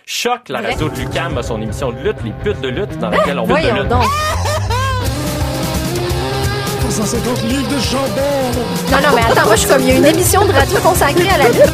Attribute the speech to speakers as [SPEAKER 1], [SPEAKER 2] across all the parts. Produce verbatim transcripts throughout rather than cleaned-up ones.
[SPEAKER 1] Choc, la radio de Lucam a son émission de lutte, Les putes de lutte, dans laquelle on
[SPEAKER 2] Voyons
[SPEAKER 1] lutte de lutte.
[SPEAKER 2] donc.
[SPEAKER 3] cent cinquante livres de chambon!
[SPEAKER 2] Non, non, mais attends, moi, je suis comme, il y a une émission de radio consacrée à la lutte.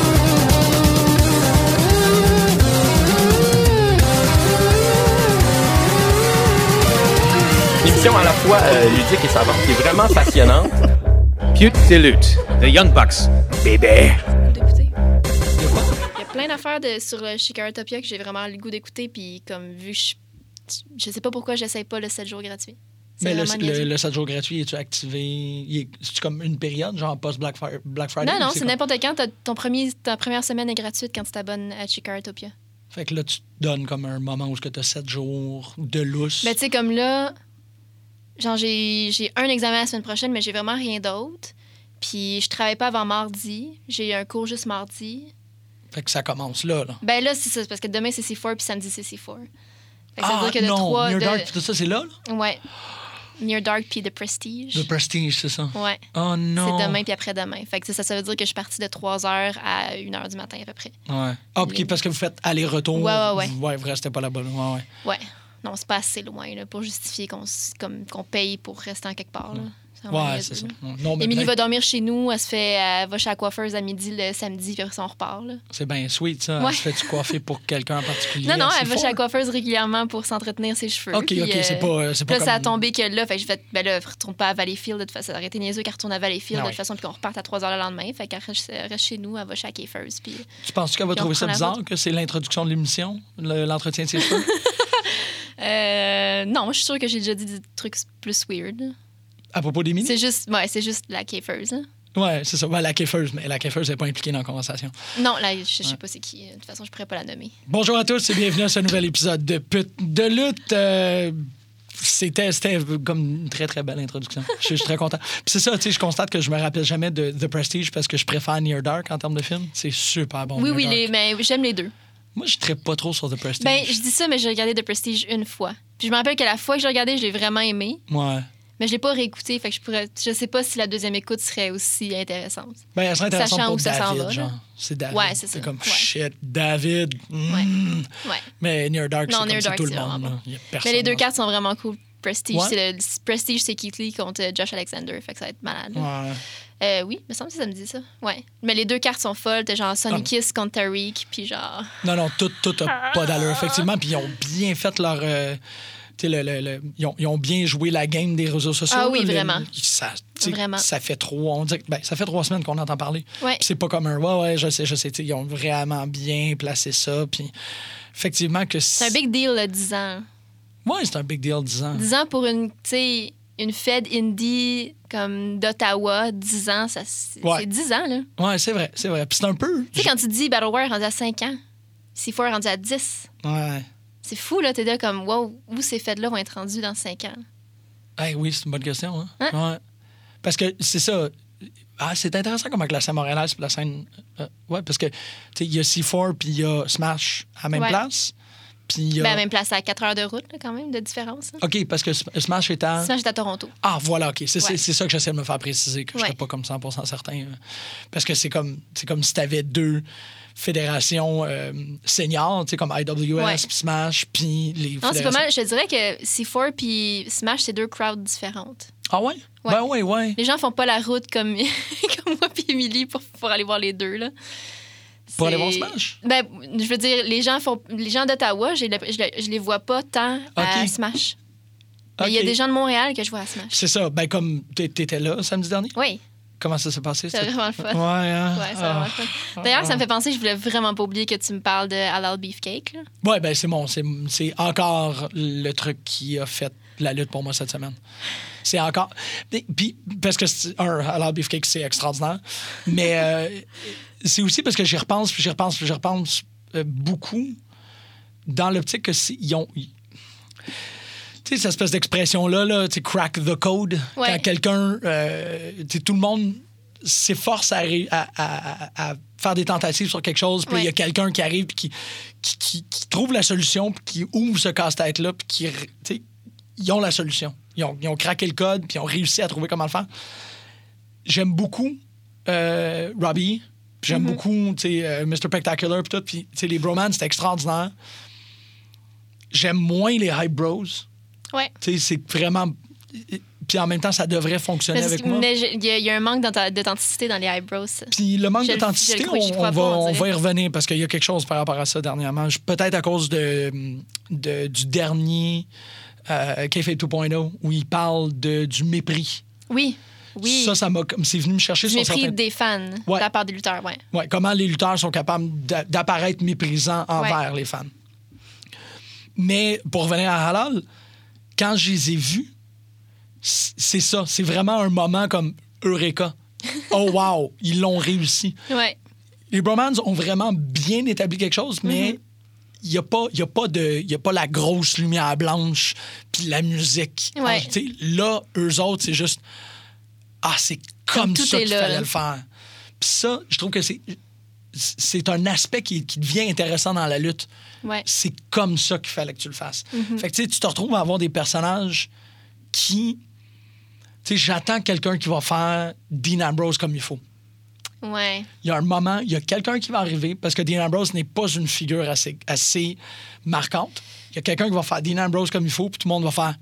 [SPEAKER 1] Une émission à la fois euh, ludique et savante, qui est vraiment passionnante.
[SPEAKER 4] Pute de lutte, The Young Bucks, bébé.
[SPEAKER 5] D'écouter. Il y a plein d'affaires de, sur le Chicaratopia que j'ai vraiment le goût d'écouter, puis comme vu, je, je sais pas pourquoi j'essaye pas le sept jours gratuit. C'est
[SPEAKER 3] Mais le,
[SPEAKER 5] vraiment
[SPEAKER 3] le,
[SPEAKER 5] niaiseux.
[SPEAKER 3] le sept jours gratuit, es-tu activé? Il est- C'est-tu comme une période, genre post-Black Fri- Black Friday?
[SPEAKER 5] Non, non,
[SPEAKER 3] ou
[SPEAKER 5] c'est
[SPEAKER 3] comme-
[SPEAKER 5] n'importe quand. T'as- Ton premier, ta première semaine est gratuite quand tu t'abonnes à Chicaratopia.
[SPEAKER 3] Fait que là, tu te donnes comme un moment où tu as sept jours de lousse.
[SPEAKER 5] Ben, tu sais, comme là, genre, j'ai j'ai un examen la semaine prochaine, mais j'ai vraiment rien d'autre. Puis, je travaille pas avant mardi. J'ai un cours juste mardi.
[SPEAKER 3] Fait que ça commence là, là.
[SPEAKER 5] Ben là, c'est ça, c'est parce que demain, c'est C quatre, puis samedi, c'est C quatre. Fait que ça veut
[SPEAKER 3] Ah
[SPEAKER 5] dire que de
[SPEAKER 3] non,
[SPEAKER 5] trois...
[SPEAKER 3] Near
[SPEAKER 5] de...
[SPEAKER 3] Dark, tout ça, c'est là, là?
[SPEAKER 5] Ouais. Near Dark, puis The Prestige.
[SPEAKER 3] Le Prestige, c'est ça?
[SPEAKER 5] Ouais.
[SPEAKER 3] Oh non!
[SPEAKER 5] C'est demain puis après-demain. Fait que ça, ça veut dire que je suis partie de trois heures à une heure du matin à peu près.
[SPEAKER 3] Ouais. Ah, puis parce que vous faites aller-retour.
[SPEAKER 5] Ouais, ouais, ouais.
[SPEAKER 3] Ouais, vous restez pas là-bas. là. Ouais, ouais.
[SPEAKER 5] Ouais. Non, c'est pas assez loin là, pour justifier qu'on s- comme, qu'on paye pour rester en quelque part. Là. C'est vraiment
[SPEAKER 3] Ouais,
[SPEAKER 5] niaiseux,
[SPEAKER 3] c'est ça.
[SPEAKER 5] là.
[SPEAKER 3] Non, mais
[SPEAKER 5] Émilie
[SPEAKER 3] peut-être-
[SPEAKER 5] va dormir chez nous. Elle se fait, elle va chez la coiffeuse à midi le samedi, puis après ça, on repart. Là.
[SPEAKER 3] C'est bien sweet, ça.
[SPEAKER 5] Ouais.
[SPEAKER 3] Elle se fait-tu coiffer pour quelqu'un en particulier?
[SPEAKER 5] Non, non,
[SPEAKER 3] C'est
[SPEAKER 5] elle va
[SPEAKER 3] fort.
[SPEAKER 5] chez la coiffeuse régulièrement pour s'entretenir ses cheveux.
[SPEAKER 3] OK,
[SPEAKER 5] puis,
[SPEAKER 3] OK,
[SPEAKER 5] euh,
[SPEAKER 3] c'est pas, euh, c'est
[SPEAKER 5] Puis
[SPEAKER 3] pas
[SPEAKER 5] là, ça a
[SPEAKER 3] comme-
[SPEAKER 5] tombé que là, fait que j'ai fait, ben là, retourne pas à Valleyfield de toute façon. Ça aurait été niaiseux qu'elle retourne à Valleyfield
[SPEAKER 3] Ah
[SPEAKER 5] de
[SPEAKER 3] ouais.
[SPEAKER 5] toute façon, puis qu'on reparte à trois heures le lendemain. Fait qu'elle reste, elle reste chez nous, elle va chez la coiffeuse. Puis...
[SPEAKER 3] Tu penses qu'elle va
[SPEAKER 5] Puis on
[SPEAKER 3] trouver ça
[SPEAKER 5] prend la
[SPEAKER 3] bizarre
[SPEAKER 5] route.
[SPEAKER 3] que c'est l'introduction de l'émission, le- l'entretien de ses cheveux?
[SPEAKER 5] Euh, non, moi, je suis sûre que j'ai déjà dit des trucs plus weird.
[SPEAKER 3] À propos des mini?
[SPEAKER 5] C'est juste, ouais, c'est juste la coiffeuse. hein.
[SPEAKER 3] Ouais, c'est ça. Ouais, la coiffeuse, mais la coiffeuse n'est pas impliquée dans la conversation.
[SPEAKER 5] Non, là, je, je sais pas c'est qui. De toute façon, je pourrais pas la nommer.
[SPEAKER 3] Bonjour à tous et bienvenue à ce nouvel épisode de Pute de lutte. Euh, C'était, c'était comme une très, très belle introduction. Je suis je suis très content. Puis c'est ça, tu sais, je constate que je me rappelle jamais de The Prestige parce que je préfère Near Dark en termes de film. C'est super bon.
[SPEAKER 5] oui,
[SPEAKER 3] Near
[SPEAKER 5] oui,
[SPEAKER 3] Dark.
[SPEAKER 5] les, mais j'aime les deux.
[SPEAKER 3] Moi, je ne pas trop sur The Prestige.
[SPEAKER 5] Ben, je dis ça, mais j'ai regardé The Prestige une fois. Puis je me rappelle que la fois que j'ai regardé, je l'ai vraiment aimé.
[SPEAKER 3] Ouais.
[SPEAKER 5] Mais je l'ai pas réécouté, fait que je pourrais. Je sais pas si la deuxième écoute serait aussi intéressante.
[SPEAKER 3] Ben, elle serait intéressante
[SPEAKER 5] Sachant
[SPEAKER 3] pour
[SPEAKER 5] où ça s'en
[SPEAKER 3] David,
[SPEAKER 5] va, là.
[SPEAKER 3] genre. C'est David.
[SPEAKER 5] Ouais, c'est ça.
[SPEAKER 3] comme,
[SPEAKER 5] Ouais.
[SPEAKER 3] shit, David. Mm.
[SPEAKER 5] Ouais.
[SPEAKER 3] Mais Near Dark,
[SPEAKER 5] Non,
[SPEAKER 3] c'est,
[SPEAKER 5] Near
[SPEAKER 3] comme, c'est
[SPEAKER 5] Dark,
[SPEAKER 3] tout le
[SPEAKER 5] c'est
[SPEAKER 3] monde.
[SPEAKER 5] vraiment
[SPEAKER 3] là.
[SPEAKER 5] bon.
[SPEAKER 3] Il y a personne
[SPEAKER 5] Mais les deux
[SPEAKER 3] dans-
[SPEAKER 5] cartes sont vraiment cool. Prestige,
[SPEAKER 3] Ouais.
[SPEAKER 5] c'est le Prestige, c'est Keith Lee contre Josh Alexander, fait que ça va être malade.
[SPEAKER 3] Ouais.
[SPEAKER 5] Euh, oui, il me semble que ça me dit ça. Ouais. Mais les deux cartes sont folles. T'as genre Sonny
[SPEAKER 3] Ah.
[SPEAKER 5] Kiss contre Tariq, puis genre.
[SPEAKER 3] Non, non, tout, tout a pas d'allure, effectivement. Puis ils ont bien fait leur. euh, tu sais, le, le- le- ils, ont, ils ont bien joué la game des réseaux sociaux.
[SPEAKER 5] Ah oui,
[SPEAKER 3] Le-
[SPEAKER 5] vraiment.
[SPEAKER 3] Ça, tu sais,
[SPEAKER 5] Vraiment.
[SPEAKER 3] ça fait trois. On dirait que, ben, ça fait trois semaines qu'on entend parler.
[SPEAKER 5] Ouais.
[SPEAKER 3] Puis c'est pas comme un. Ouais, ouais, je sais, je sais. Tu sais, ils ont vraiment bien placé ça. Puis effectivement que.
[SPEAKER 5] C'est un big deal, là, dix ans.
[SPEAKER 3] Ouais, c'est un big deal, dix ans.
[SPEAKER 5] dix ans pour une, tu sais, une Fed indie comme d'Ottawa, dix ans, ça, c'est
[SPEAKER 3] Ouais.
[SPEAKER 5] c'est dix ans, là.
[SPEAKER 3] Ouais, c'est vrai, c'est vrai. Puis c'est un peu.
[SPEAKER 5] Tu sais, quand tu dis Battle War rendu à cinq ans, C quatre rendu à dix,
[SPEAKER 3] Ouais.
[SPEAKER 5] c'est fou, là. T'es là comme, wow, où ces Feds-là vont être rendus dans cinq ans?
[SPEAKER 3] Hey, oui, c'est une bonne question. Hein?
[SPEAKER 5] Hein?
[SPEAKER 3] Ouais. Parce que c'est ça. Ah, c'est intéressant comment que la scène montréalaise puis la scène. euh, ouais, parce que tu sais, il y a C quatre puis il y a Smash à la même
[SPEAKER 5] Ouais.
[SPEAKER 3] place. Puis il y a.
[SPEAKER 5] Ben, même place à quatre heures de route, là, quand même, de différence. là.
[SPEAKER 3] OK, parce que S- Smash est à.
[SPEAKER 5] Sinon, j'étais à Toronto.
[SPEAKER 3] Ah, voilà, OK. C'est, c'est-
[SPEAKER 5] Ouais.
[SPEAKER 3] c'est ça que j'essaie de me faire préciser, que je
[SPEAKER 5] Ouais.
[SPEAKER 3] n'étais pas comme cent pour cent certain. euh. Parce que c'est comme, c'est comme si tu avais deux fédérations euh, seniors, tu sais, comme I W S,
[SPEAKER 5] Ouais.
[SPEAKER 3] puis Smash, puis les.
[SPEAKER 5] Non, c'est
[SPEAKER 3] fédérations-
[SPEAKER 5] pas mal. Je te dirais que C quatre puis Smash, c'est deux crowds différentes.
[SPEAKER 3] Ah, ouais?
[SPEAKER 5] Ouais.
[SPEAKER 3] Ben, ouais, ouais.
[SPEAKER 5] Les gens font pas la route comme, comme moi puis Émilie pour, pour aller voir les deux, là.
[SPEAKER 3] Pour aller
[SPEAKER 5] C'est-
[SPEAKER 3] voir Smash?
[SPEAKER 5] Ben, je veux dire, les gens font, les gens d'Ottawa, j'ai le- je, le- je les vois pas tant à
[SPEAKER 3] OK.
[SPEAKER 5] Smash. Mais il y a
[SPEAKER 3] OK.
[SPEAKER 5] des gens de Montréal que je vois à Smash.
[SPEAKER 3] C'est ça. Ben, comme t'é- t'étais là samedi dernier.
[SPEAKER 5] Oui,
[SPEAKER 3] Comment ça s'est passé?
[SPEAKER 5] c'est
[SPEAKER 3] C'était-
[SPEAKER 5] vraiment le fun.
[SPEAKER 3] Ouais, hein?
[SPEAKER 5] Ouais, c'est
[SPEAKER 3] Ah.
[SPEAKER 5] vraiment le fun. D'ailleurs, ça me fait penser, je voulais vraiment pas oublier que tu me parles de Halal Beefcake. Là.
[SPEAKER 3] Ouais, ben c'est bon. C'est, c'est encore le truc qui a fait la lutte pour moi cette semaine. C'est encore... Puis, puis, parce que, c'est, un, Halal Beefcake, c'est extraordinaire. Mais euh, c'est aussi parce que j'y repense, puis j'y repense, puis j'y repense euh, beaucoup dans l'optique que c'est- ils ont... ils- Tu sais, cette espèce d'expression-là, là, tu sais, crack the code.
[SPEAKER 5] Ouais.
[SPEAKER 3] Quand quelqu'un... euh, tu sais, tout le monde s'efforce à, ré- à, à- à faire des tentatives sur quelque chose, puis il y a
[SPEAKER 5] Ouais.
[SPEAKER 3] quelqu'un qui arrive puis qui, qui, qui- qui trouve la solution, puis qui ouvre ce casse-tête-là, puis qui... tu sais, ils ont la solution. Ils ont, ils ont craqué le code, puis ils ont réussi à trouver comment le faire. J'aime beaucoup euh, Robbie, Puis j'aime
[SPEAKER 5] Mm-hmm.
[SPEAKER 3] beaucoup, tu sais, euh, mister Spectacular, puis tout. Puis, tu sais, les bromans, c'était extraordinaire. J'aime moins les hype bros.
[SPEAKER 5] Ouais.
[SPEAKER 3] Tu sais, c'est vraiment... Puis en même temps, ça devrait fonctionner
[SPEAKER 5] Mais,
[SPEAKER 3] avec moi.
[SPEAKER 5] mais il y, y a un manque d'authen- d'authenticité dans les eyebrows.
[SPEAKER 3] Puis le manque
[SPEAKER 5] Je le-
[SPEAKER 3] d'authenticité,
[SPEAKER 5] je le crois- j'y
[SPEAKER 3] on,
[SPEAKER 5] crois
[SPEAKER 3] on
[SPEAKER 5] pas,
[SPEAKER 3] va,
[SPEAKER 5] on
[SPEAKER 3] on
[SPEAKER 5] dirait.
[SPEAKER 3] va y revenir parce qu'il y a quelque chose par rapport à ça dernièrement. Je- Peut-être à cause de, de- du dernier euh, Kayfabe deux point oh où il parle de, du mépris.
[SPEAKER 5] Oui. Oui.
[SPEAKER 3] Ça, ça m'a comme c'est venu me chercher
[SPEAKER 5] Du
[SPEAKER 3] sur
[SPEAKER 5] mépris
[SPEAKER 3] certains...
[SPEAKER 5] des fans
[SPEAKER 3] Ouais.
[SPEAKER 5] de la part des lutteurs, ouais.
[SPEAKER 3] Ouais, comment les lutteurs sont capables d'a- d'apparaître méprisants envers
[SPEAKER 5] Ouais.
[SPEAKER 3] les fans. Mais pour revenir à Halal, quand je les ai vus, c- c'est ça. C'est vraiment un moment comme Eureka. Oh wow, ils l'ont réussi.
[SPEAKER 5] Ouais.
[SPEAKER 3] Les Bromans ont vraiment bien établi quelque chose, mais il n'y a, pas- y a, pas de- y a pas la grosse lumière blanche puis la musique.
[SPEAKER 5] Ouais.
[SPEAKER 3] Ah, tu sais, là, eux autres, c'est juste... Ah, c'est comme,
[SPEAKER 5] Comme tout
[SPEAKER 3] ça
[SPEAKER 5] est
[SPEAKER 3] qu'il
[SPEAKER 5] là,
[SPEAKER 3] fallait
[SPEAKER 5] là.
[SPEAKER 3] le faire. Puis ça, je trouve que c'est... C'est un aspect qui, qui devient intéressant dans la lutte.
[SPEAKER 5] Ouais.
[SPEAKER 3] C'est comme ça qu'il fallait que tu le fasses.
[SPEAKER 5] Mm-hmm.
[SPEAKER 3] Fait que tu sais, tu te retrouves à avoir des personnages qui... Tu sais, j'attends quelqu'un qui va faire Dean Ambrose comme il faut.
[SPEAKER 5] Ouais.
[SPEAKER 3] Il y a un moment, il y a quelqu'un qui va arriver, parce que Dean Ambrose n'est pas une figure assez, assez marquante. Il y a quelqu'un qui va faire Dean Ambrose comme il faut, puis tout le monde va faire...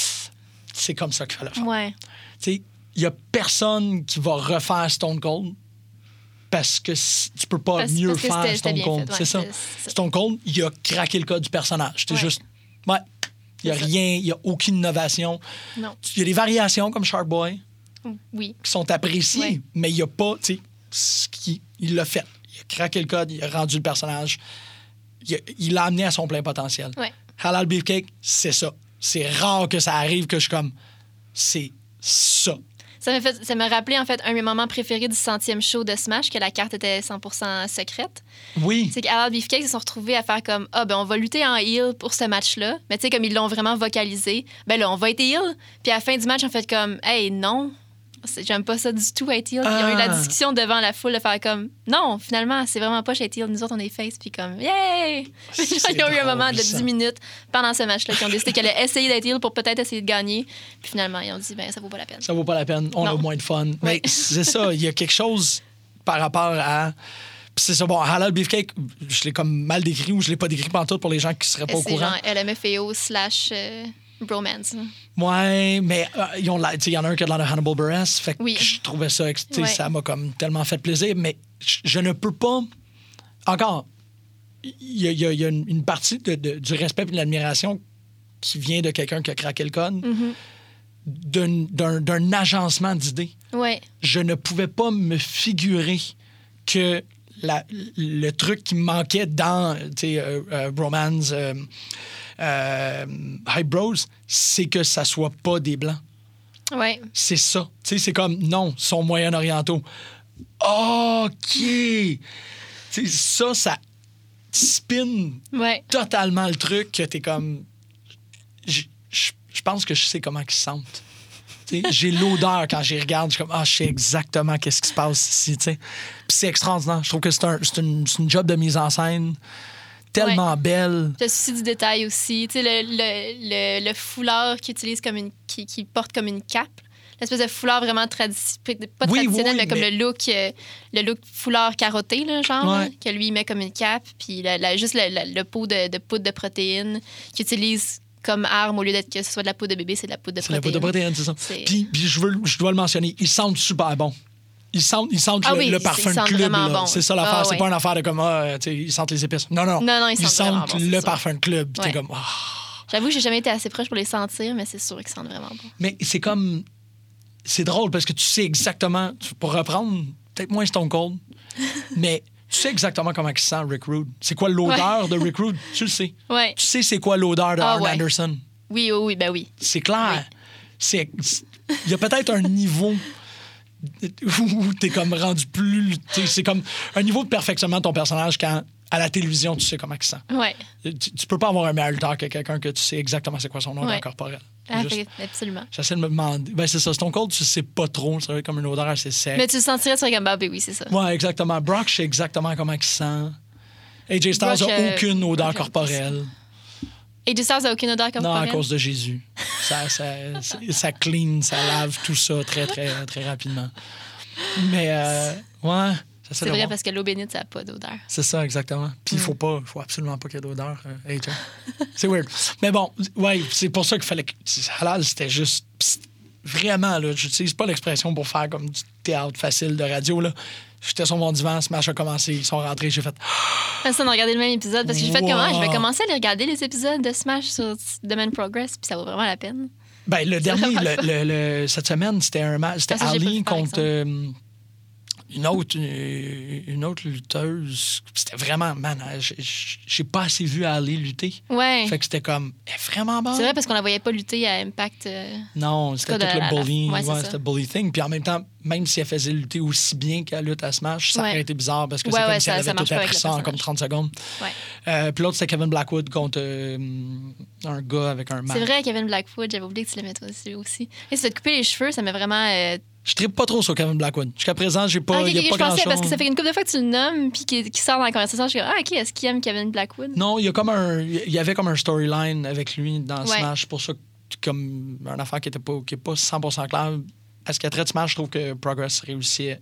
[SPEAKER 3] C'est comme ça qu'il fallait faire.
[SPEAKER 5] Ouais.
[SPEAKER 3] Tu sais, il y a personne qui va refaire Stone Cold parce que si- tu peux pas
[SPEAKER 5] Parce-
[SPEAKER 3] mieux
[SPEAKER 5] parce que
[SPEAKER 3] faire
[SPEAKER 5] c'était- c'était
[SPEAKER 3] Stone
[SPEAKER 5] bien
[SPEAKER 3] Cold.
[SPEAKER 5] fait, ouais,
[SPEAKER 3] c'est ça.
[SPEAKER 5] c'est- c'est ça.
[SPEAKER 3] Stone Cold, il a craqué le code du personnage. C'est
[SPEAKER 5] Ouais.
[SPEAKER 3] juste... Ouais. Il n'y a
[SPEAKER 5] C'est ça.
[SPEAKER 3] rien, il n'y a aucune innovation.
[SPEAKER 5] Non.
[SPEAKER 3] Il y a des variations comme Shark Boy
[SPEAKER 5] Oui.
[SPEAKER 3] qui sont appréciées,
[SPEAKER 5] Ouais.
[SPEAKER 3] mais il n'y a pas, tu sais, ce qui, il l'a fait. Il a craqué le code, il a rendu le personnage. Il a- il l'a amené à son plein potentiel.
[SPEAKER 5] Ouais.
[SPEAKER 3] Halal Beefcake, c'est ça. C'est rare que ça arrive que je suis comme, c'est ça.
[SPEAKER 5] Ça m'a fait, ça m'a rappelé en fait un de mes moments préférés du centième show de Smash, que la carte était cent pour cent secrète.
[SPEAKER 3] Oui.
[SPEAKER 5] C'est qu'Halal Beefcake se sont retrouvés à faire comme ah ben on va lutter en heel pour ce match-là, mais tu sais comme ils l'ont vraiment vocalisé, ben là on va être heel. Puis à la fin du match on fait comme hey non, c'est- j'aime pas ça du tout être heel. Puis Ils ont eu la
[SPEAKER 3] Ah.
[SPEAKER 5] discussion devant la foule de faire comme non finalement c'est vraiment pas chez heel, nous autres on est face puis comme yay.
[SPEAKER 3] C'est
[SPEAKER 5] Ils ont eu un
[SPEAKER 3] drôle,
[SPEAKER 5] moment de
[SPEAKER 3] ça.
[SPEAKER 5] dix minutes pendant ce match-là qui ont décidé qu'elle allait essayer d'être heel pour peut-être essayer de gagner. Puis finalement ils ont dit ben ça vaut pas la peine.
[SPEAKER 3] Ça vaut pas la peine. On
[SPEAKER 5] Non.
[SPEAKER 3] a moins de fun. Mais
[SPEAKER 5] Ouais.
[SPEAKER 3] c'est ça, il y a quelque chose par rapport à... Puis c'est ça, bon, Halal Beefcake, je l'ai comme mal décrit ou je l'ai pas décrit pantoute pour les gens qui seraient pas au
[SPEAKER 5] C'est
[SPEAKER 3] courant.
[SPEAKER 5] genre L M F A O slash euh, bromance.
[SPEAKER 3] Ouais, mais euh, ils ont la- tu sais, il y en a un qui a de l'air de Hannibal Buress, fait que
[SPEAKER 5] Oui.
[SPEAKER 3] je trouvais ça, ex- tu sais,
[SPEAKER 5] Ouais.
[SPEAKER 3] ça m'a comme tellement fait plaisir, mais je, je ne peux pas... Encore, il y a, il y a- il y a une, une partie de- de- du respect et de l'admiration qui vient de quelqu'un qui a craqué le code,
[SPEAKER 5] Mm-hmm.
[SPEAKER 3] d'un- d'un d'un agencement d'idées.
[SPEAKER 5] Ouais.
[SPEAKER 3] Je ne pouvais pas me figurer que la- le truc qui me manquait dans tu sais, euh, euh, Bromance, euh, euh, Hype Bros, c'est que ça soit pas des blancs.
[SPEAKER 5] Ouais.
[SPEAKER 3] C'est ça. Tu sais, c'est comme, non, ils sont moyen-orientaux. OK! Tu sais, ça, ça spin
[SPEAKER 5] Ouais.
[SPEAKER 3] totalement le truc que t'es comme... Je je- je pense que je sais comment ils se sentent. Tu sais, j'ai l'odeur quand j'y regarde. Je suis comme, ah, je sais exactement qu'est-ce qui se passe ici. tu sais. Puis c'est extraordinaire. Je trouve que c'est un, c'est une, c'est une job de mise en scène tellement belle.
[SPEAKER 5] Le souci du détail aussi. Tu sais, le, le, le, le foulard qu'il utilise comme une. Qui, qui porte comme une cape. L'espèce de foulard vraiment traditionnel. Pas
[SPEAKER 3] Oui,
[SPEAKER 5] traditionnel,
[SPEAKER 3] oui,
[SPEAKER 5] mais comme
[SPEAKER 3] mais-
[SPEAKER 5] le look. euh, le look foulard carotté, là, genre.
[SPEAKER 3] Ouais.
[SPEAKER 5] là, que lui, il met comme une cape. Puis la- la- juste le, le- le pot de, de poudre de protéines qu'il utilise comme arme au lieu d'être que ce soit de la poudre de bébé, c'est de la poudre de
[SPEAKER 3] C'est la
[SPEAKER 5] protéines.
[SPEAKER 3] poudre de protéines, c'est ça.
[SPEAKER 5] C'est-
[SPEAKER 3] Puis, puis je, veux, je dois le mentionner, ils sentent super bon. Ils sentent, ils sentent
[SPEAKER 5] Ah
[SPEAKER 3] le,
[SPEAKER 5] oui,
[SPEAKER 3] le
[SPEAKER 5] ils-
[SPEAKER 3] parfum
[SPEAKER 5] ils
[SPEAKER 3] de
[SPEAKER 5] sentent
[SPEAKER 3] club.
[SPEAKER 5] vraiment
[SPEAKER 3] là.
[SPEAKER 5] bon.
[SPEAKER 3] C'est ça l'affaire.
[SPEAKER 5] Ah
[SPEAKER 3] c'est
[SPEAKER 5] ouais.
[SPEAKER 3] pas une affaire de comme, ah, tu sais, ils sentent les épices. Non, non.
[SPEAKER 5] Non, non, ils sentent vraiment bon,
[SPEAKER 3] le
[SPEAKER 5] c'est
[SPEAKER 3] parfum de club. Puis
[SPEAKER 5] Ouais.
[SPEAKER 3] t'es comme, ah.
[SPEAKER 5] J'avoue, j'ai jamais été assez proche pour les sentir, mais c'est sûr qu'ils sentent vraiment bon.
[SPEAKER 3] Mais c'est comme. C'est drôle parce que tu sais exactement. Pour reprendre, peut-être moins Stone Cold, mais tu sais exactement comment il se sent, Rick Rude. C'est quoi l'odeur de Rick Rude? Tu le sais.
[SPEAKER 5] Ouais.
[SPEAKER 3] Tu sais c'est quoi l'odeur de
[SPEAKER 5] Ah
[SPEAKER 3] Arn
[SPEAKER 5] ouais.
[SPEAKER 3] Anderson.
[SPEAKER 5] Oui, oui, oui, ben oui.
[SPEAKER 3] C'est clair. C'est. c'est- Il y a peut-être un niveau où t'es comme rendu plus. t'sais, C'est comme un niveau de perfectionnement de ton personnage quand, à la télévision, tu sais comment il se sent.
[SPEAKER 5] Ouais.
[SPEAKER 3] Tu, tu peux pas avoir un meilleur lutteur que quelqu'un que tu sais exactement c'est quoi son odeur
[SPEAKER 5] Ouais.
[SPEAKER 3] corporelle.
[SPEAKER 5] Ah,
[SPEAKER 3] Juste-
[SPEAKER 5] fait- absolument.
[SPEAKER 3] J'essaie de me demander. Ben, c'est ça. Stone Cold, tu sais pas trop. Ça va être comme une odeur assez sec.
[SPEAKER 5] Mais tu le sentirais, tu serais comme, bah, ben oui, c'est ça.
[SPEAKER 3] Ouais, exactement. Brock, je sais exactement comment il se sent. A J Styles
[SPEAKER 5] Brock,
[SPEAKER 3] n'a
[SPEAKER 5] euh,
[SPEAKER 3] aucune odeur
[SPEAKER 5] Brock,
[SPEAKER 3] corporelle.
[SPEAKER 5] Et du Styles n'a aucune odeur
[SPEAKER 3] Non,
[SPEAKER 5] corporelle?
[SPEAKER 3] à cause de Jésus. Ça, ça, ça, ça clean, ça lave tout ça très, très, très rapidement. Mais, euh, ouais. J'essaie
[SPEAKER 5] C'est
[SPEAKER 3] de
[SPEAKER 5] vrai,
[SPEAKER 3] voir.
[SPEAKER 5] parce que l'eau bénite, ça n'a pas d'odeur.
[SPEAKER 3] C'est ça, exactement. Puis il
[SPEAKER 5] Mm.
[SPEAKER 3] faut pas, faut absolument pas qu'il y ait d'odeur. Euh, hey, tiens. C'est weird. Mais bon, ouais, c'est pour ça qu'il fallait que. Halal, c'était juste. psst, Vraiment, là, j'utilise pas l'expression pour faire comme du théâtre facile de radio, là. J'étais sur mon divan, ce match a commencé, ils sont rentrés, j'ai fait.
[SPEAKER 5] Après ça, on a regardé le même épisode parce que j'ai fait
[SPEAKER 3] Wow.
[SPEAKER 5] comment? Je vais commencer à aller regarder les épisodes de Smash sur The Man Progress, puis ça vaut vraiment la peine.
[SPEAKER 3] Ben, le dernier,
[SPEAKER 5] vraiment
[SPEAKER 3] le,
[SPEAKER 5] le fun.
[SPEAKER 3] le- le- cette semaine, c'était un match. C'était
[SPEAKER 5] Ah, ça, j'ai pas
[SPEAKER 3] Ali
[SPEAKER 5] vu, par
[SPEAKER 3] contre
[SPEAKER 5] exemple.
[SPEAKER 3] euh, une autre, une, une autre lutteuse. C'était vraiment, man, j'ai- j'ai pas assez vu Ali lutter.
[SPEAKER 5] Ouais.
[SPEAKER 3] Fait que c'était comme, elle est vraiment bonne.
[SPEAKER 5] C'est vrai parce qu'on la voyait pas lutter à Impact. euh,
[SPEAKER 3] Non, c'était
[SPEAKER 5] cas,
[SPEAKER 3] tout
[SPEAKER 5] de
[SPEAKER 3] le
[SPEAKER 5] la- la-
[SPEAKER 3] bullying.
[SPEAKER 5] ouais, c'est
[SPEAKER 3] ouais,
[SPEAKER 5] ça.
[SPEAKER 3] c'était le bully thing. Puis en même temps, même si elle faisait lutter aussi bien qu'elle lutte à Smash, ça
[SPEAKER 5] Ouais.
[SPEAKER 3] aurait été bizarre parce que
[SPEAKER 5] Ouais,
[SPEAKER 3] c'est comme
[SPEAKER 5] ouais,
[SPEAKER 3] si
[SPEAKER 5] ça-
[SPEAKER 3] elle
[SPEAKER 5] ça
[SPEAKER 3] avait
[SPEAKER 5] marche
[SPEAKER 3] tout
[SPEAKER 5] pas avec
[SPEAKER 3] appris
[SPEAKER 5] le
[SPEAKER 3] ça en
[SPEAKER 5] personnage.
[SPEAKER 3] comme trente secondes.
[SPEAKER 5] Ouais.
[SPEAKER 3] Euh, puis l'autre, c'était Kevin Blackwood contre euh, un gars avec un masque.
[SPEAKER 5] C'est vrai, Kevin Blackwood, j'avais oublié que tu l'aimais toi aussi. aussi. Et ça te couper les cheveux, ça m'a vraiment. euh,
[SPEAKER 3] Je trippe pas trop sur Kevin Blackwood. Jusqu'à présent, j'ai pas,
[SPEAKER 5] Ah, ok,
[SPEAKER 3] il y a
[SPEAKER 5] ok,
[SPEAKER 3] pas
[SPEAKER 5] je pensais
[SPEAKER 3] grand-chose.
[SPEAKER 5] parce que ça fait une couple de fois que tu le nommes puis qu'il qu'il sort dans la conversation. Je suis comme, ah, ok, est-ce qu'il aime Kevin Blackwood?
[SPEAKER 3] Non, il y a comme un, il y avait comme un storyline avec lui dans
[SPEAKER 5] Ouais.
[SPEAKER 3] Smash. C'est pour ça que comme une affaire qui était pas, qui est pas cent pour cent claire. À ce qui a trait de Smash, je trouve que Progress réussit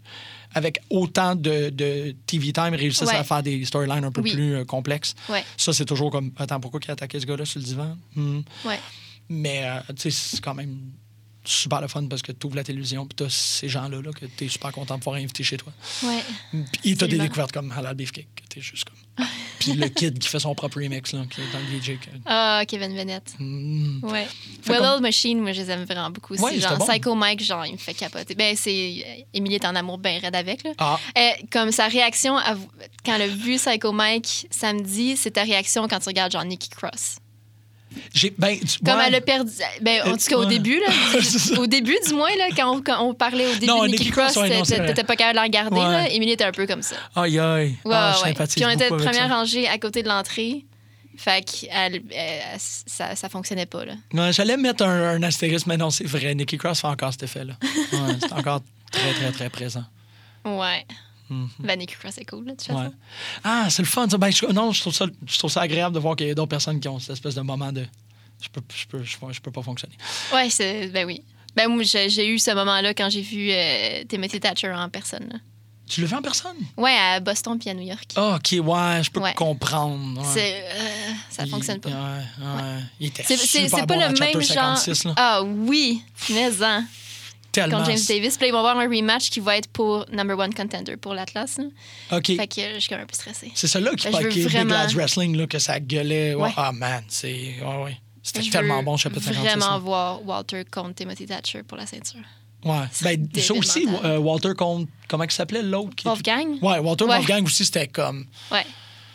[SPEAKER 3] avec autant de, de T V time, réussissent
[SPEAKER 5] Ouais.
[SPEAKER 3] à faire des storylines un peu
[SPEAKER 5] Oui.
[SPEAKER 3] plus euh, complexes.
[SPEAKER 5] Ouais.
[SPEAKER 3] Ça, c'est toujours comme, attends, pourquoi il a attaqué ce gars-là sur le divan? Hmm.
[SPEAKER 5] Ouais.
[SPEAKER 3] Mais, euh, tu sais, c'est quand même super le fun parce que tu ouvres la télévision puis tu as ces gens-là là, que tu es super content de pouvoir inviter chez toi.
[SPEAKER 5] Ouais.
[SPEAKER 3] Puis tu as des
[SPEAKER 5] Absolument.
[SPEAKER 3] découvertes comme Halal Beefcake, que tu es juste comme. Puis le kid qui fait son propre remix, là, qui est dans le D J. que-
[SPEAKER 5] Ah, Kevin Bennett.
[SPEAKER 3] Hmm.
[SPEAKER 5] Ouais.
[SPEAKER 3] Fait
[SPEAKER 5] Well
[SPEAKER 3] comme-
[SPEAKER 5] Old Machine, moi, je les aime vraiment beaucoup aussi.
[SPEAKER 3] Ouais,
[SPEAKER 5] genre,
[SPEAKER 3] c'était bon.
[SPEAKER 5] Psycho Mike, genre, il me fait capoter. Ben, c'est. euh, Émilie est en amour bien raide avec, là.
[SPEAKER 3] Ah,
[SPEAKER 5] Euh, comme sa réaction à... quand elle a vu Psycho Mike samedi, c'est ta réaction quand tu regardes genre Nikki Cross.
[SPEAKER 3] j'ai. Ben, tu-
[SPEAKER 5] Comme
[SPEAKER 3] ouais.
[SPEAKER 5] elle a perdu. Ben, en
[SPEAKER 3] Euh,
[SPEAKER 5] tout cas, au
[SPEAKER 3] ouais.
[SPEAKER 5] début, là.
[SPEAKER 3] C'est ça.
[SPEAKER 5] Au début, du moins, là, quand on, quand on parlait au début
[SPEAKER 3] Non,
[SPEAKER 5] de Nikki,
[SPEAKER 3] Nikki
[SPEAKER 5] Cross,
[SPEAKER 3] Cross, ouais, non, c'est
[SPEAKER 5] t'étais
[SPEAKER 3] vrai.
[SPEAKER 5] t'étais pas capable de la regarder,
[SPEAKER 3] Ouais.
[SPEAKER 5] là. Émilie était un peu comme ça.
[SPEAKER 3] Aïe, aïe.
[SPEAKER 5] Ouais,
[SPEAKER 3] Ah, je
[SPEAKER 5] ouais.
[SPEAKER 3] sympathise
[SPEAKER 5] Puis on était de
[SPEAKER 3] beaucoup avec
[SPEAKER 5] première
[SPEAKER 3] ça.
[SPEAKER 5] rangée à côté de l'entrée. Fait que elle, elle- ça, ça fonctionnait pas, là.
[SPEAKER 3] Ouais, j'allais mettre un, un astérisque, mais non, c'est vrai. Nikki Cross fait encore cet effet-là. Ouais, c'est encore très, très, très présent.
[SPEAKER 5] Ouais.
[SPEAKER 3] Mhm.
[SPEAKER 5] Ben, Nikki Cross est cool, là, de toute
[SPEAKER 3] Ouais.
[SPEAKER 5] façon.
[SPEAKER 3] Ah, c'est le fun. Ça. Ben, je, non, je trouve, ça, je trouve ça agréable de voir qu'il y a d'autres personnes qui ont cette espèce de moment de. Je peux, je peux, je peux, je peux pas fonctionner.
[SPEAKER 5] Ouais, c'est, ben oui. Ben moi, j'ai, j'ai eu ce moment-là quand j'ai vu euh, Timothy Thatcher en personne. Là.
[SPEAKER 3] Tu le fais en personne?
[SPEAKER 5] Ouais, à Boston puis à New York.
[SPEAKER 3] Ah, OK, ouais, je peux
[SPEAKER 5] Ouais.
[SPEAKER 3] comprendre. Ouais.
[SPEAKER 5] C'est, euh, ça
[SPEAKER 3] Il-
[SPEAKER 5] fonctionne pas.
[SPEAKER 3] Ouais, ouais. Il était
[SPEAKER 5] C'est, c'est,
[SPEAKER 3] super
[SPEAKER 5] c'est
[SPEAKER 3] bon
[SPEAKER 5] pas
[SPEAKER 3] dans
[SPEAKER 5] le
[SPEAKER 3] Chapter
[SPEAKER 5] même genre.
[SPEAKER 3] cinquante-six, là.
[SPEAKER 5] Ah oui, mais-en.
[SPEAKER 3] Tellement.
[SPEAKER 5] Contre James Davis. Puis là, ils vont avoir un rematch qui va être pour number one contender pour l'Atlas. là.
[SPEAKER 3] OK.
[SPEAKER 5] Fait que euh, je suis quand même un peu stressée.
[SPEAKER 3] C'est ça là qui
[SPEAKER 5] Ben, je veux
[SPEAKER 3] paquait Big
[SPEAKER 5] vraiment-
[SPEAKER 3] Lads Wrestling, là, que ça gueulait. Ouais.
[SPEAKER 5] Ouais.
[SPEAKER 3] Ah, man, c'est. Ouais, ouais. C'était
[SPEAKER 5] Je
[SPEAKER 3] tellement
[SPEAKER 5] veux
[SPEAKER 3] bon, chapitre cinquante-six.
[SPEAKER 5] vraiment
[SPEAKER 3] là.
[SPEAKER 5] voir Walter contre Timothy Thatcher pour la ceinture.
[SPEAKER 3] Ouais. Ben,
[SPEAKER 5] débile
[SPEAKER 3] ça aussi,
[SPEAKER 5] mental.
[SPEAKER 3] euh, Walter contre. Comment il s'appelait l'autre? Qui...
[SPEAKER 5] Wolfgang?
[SPEAKER 3] Ouais, Walter
[SPEAKER 5] Ouais.
[SPEAKER 3] Wolfgang aussi, c'était comme.
[SPEAKER 5] Ouais.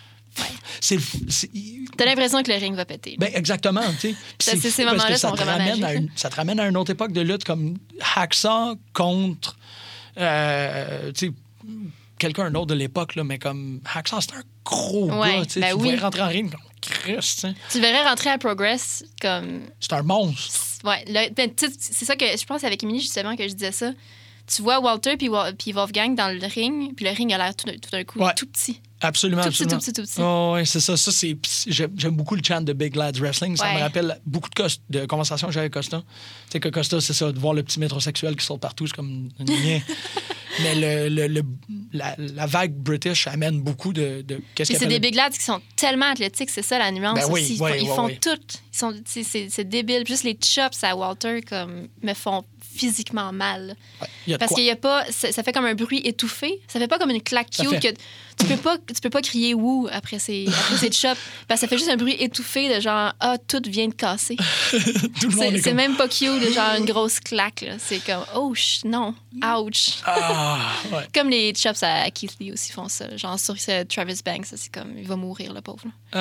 [SPEAKER 3] C'est. c'est-
[SPEAKER 5] T'as l'impression que le ring va péter. là.
[SPEAKER 3] Ben, exactement, tu sais. Puis
[SPEAKER 5] Ça,
[SPEAKER 3] c'est
[SPEAKER 5] c'est-
[SPEAKER 3] fou
[SPEAKER 5] ces
[SPEAKER 3] parce que
[SPEAKER 5] moments-là
[SPEAKER 3] ça
[SPEAKER 5] sont
[SPEAKER 3] te
[SPEAKER 5] vraiment
[SPEAKER 3] ramène à
[SPEAKER 5] magiques,
[SPEAKER 3] une- Ça te ramène à une autre époque de lutte comme Hacksaw contre. euh, tu sais, quelqu'un d'autre de l'époque, là, mais comme Hacksaw, c'était un gros
[SPEAKER 5] Ouais,
[SPEAKER 3] gars, tu sais.
[SPEAKER 5] ben
[SPEAKER 3] tu
[SPEAKER 5] oui.
[SPEAKER 3] voyais rentrer en ring comme Christ, tu sais.
[SPEAKER 5] Tu le verrais rentrer à Progress comme.
[SPEAKER 3] C'est un monstre.
[SPEAKER 5] Ouais, le- ben, tu sais, c'est ça que je pense avec Émilie justement que je disais ça. Tu vois Walter puis, Wa- puis Wolfgang dans le ring, puis le ring a l'air tout, tout d'un coup
[SPEAKER 3] Ouais.
[SPEAKER 5] tout petit.
[SPEAKER 3] Absolument,
[SPEAKER 5] Tout petit,
[SPEAKER 3] absolument.
[SPEAKER 5] tout petit, tout petit.
[SPEAKER 3] Oh, ouais, c'est ça. Ça, c'est, j'aime, j'aime beaucoup le chant de Big Lads Wrestling. Ça
[SPEAKER 5] Ouais.
[SPEAKER 3] me rappelle beaucoup de, cos- de conversations que j'avais avec Costa. Tu sais que Costa, c'est ça, de voir le petit métrosexuel qui saute partout, c'est comme une niais. Mais le, le, le- la, la vague British amène beaucoup de, de qu'est-ce
[SPEAKER 5] Puis
[SPEAKER 3] qu'il
[SPEAKER 5] c'est
[SPEAKER 3] appelle-
[SPEAKER 5] des big lads qui sont tellement athlétiques, c'est ça la nuance
[SPEAKER 3] Ben oui,
[SPEAKER 5] aussi. Ils
[SPEAKER 3] oui,
[SPEAKER 5] font, ils
[SPEAKER 3] oui,
[SPEAKER 5] font
[SPEAKER 3] oui.
[SPEAKER 5] tout. Ils sont, c'est, c'est, c'est débile. Juste les chops à Walter comme me font physiquement mal.
[SPEAKER 3] Ouais, il y a de
[SPEAKER 5] Parce
[SPEAKER 3] quoi.
[SPEAKER 5] qu'il y a pas, ça, ça fait comme un bruit étouffé. Ça fait pas comme une claque
[SPEAKER 3] Ça
[SPEAKER 5] cute
[SPEAKER 3] fait.
[SPEAKER 5] que tu peux pas, tu peux pas crier wouh après ces, après ces chops. Parce que ça fait juste un bruit étouffé de genre ah tout vient de casser.
[SPEAKER 3] Tout le monde
[SPEAKER 5] C'est,
[SPEAKER 3] est
[SPEAKER 5] c'est
[SPEAKER 3] comme...
[SPEAKER 5] même pas cute de genre une grosse claque. Là. C'est comme oh ch- non, ouch.
[SPEAKER 3] Ah, ouais.
[SPEAKER 5] Comme les chops à Keith Lee aussi font ça. Genre sur ce Travis Banks, ça, c'est comme il va mourir le pauvre. là.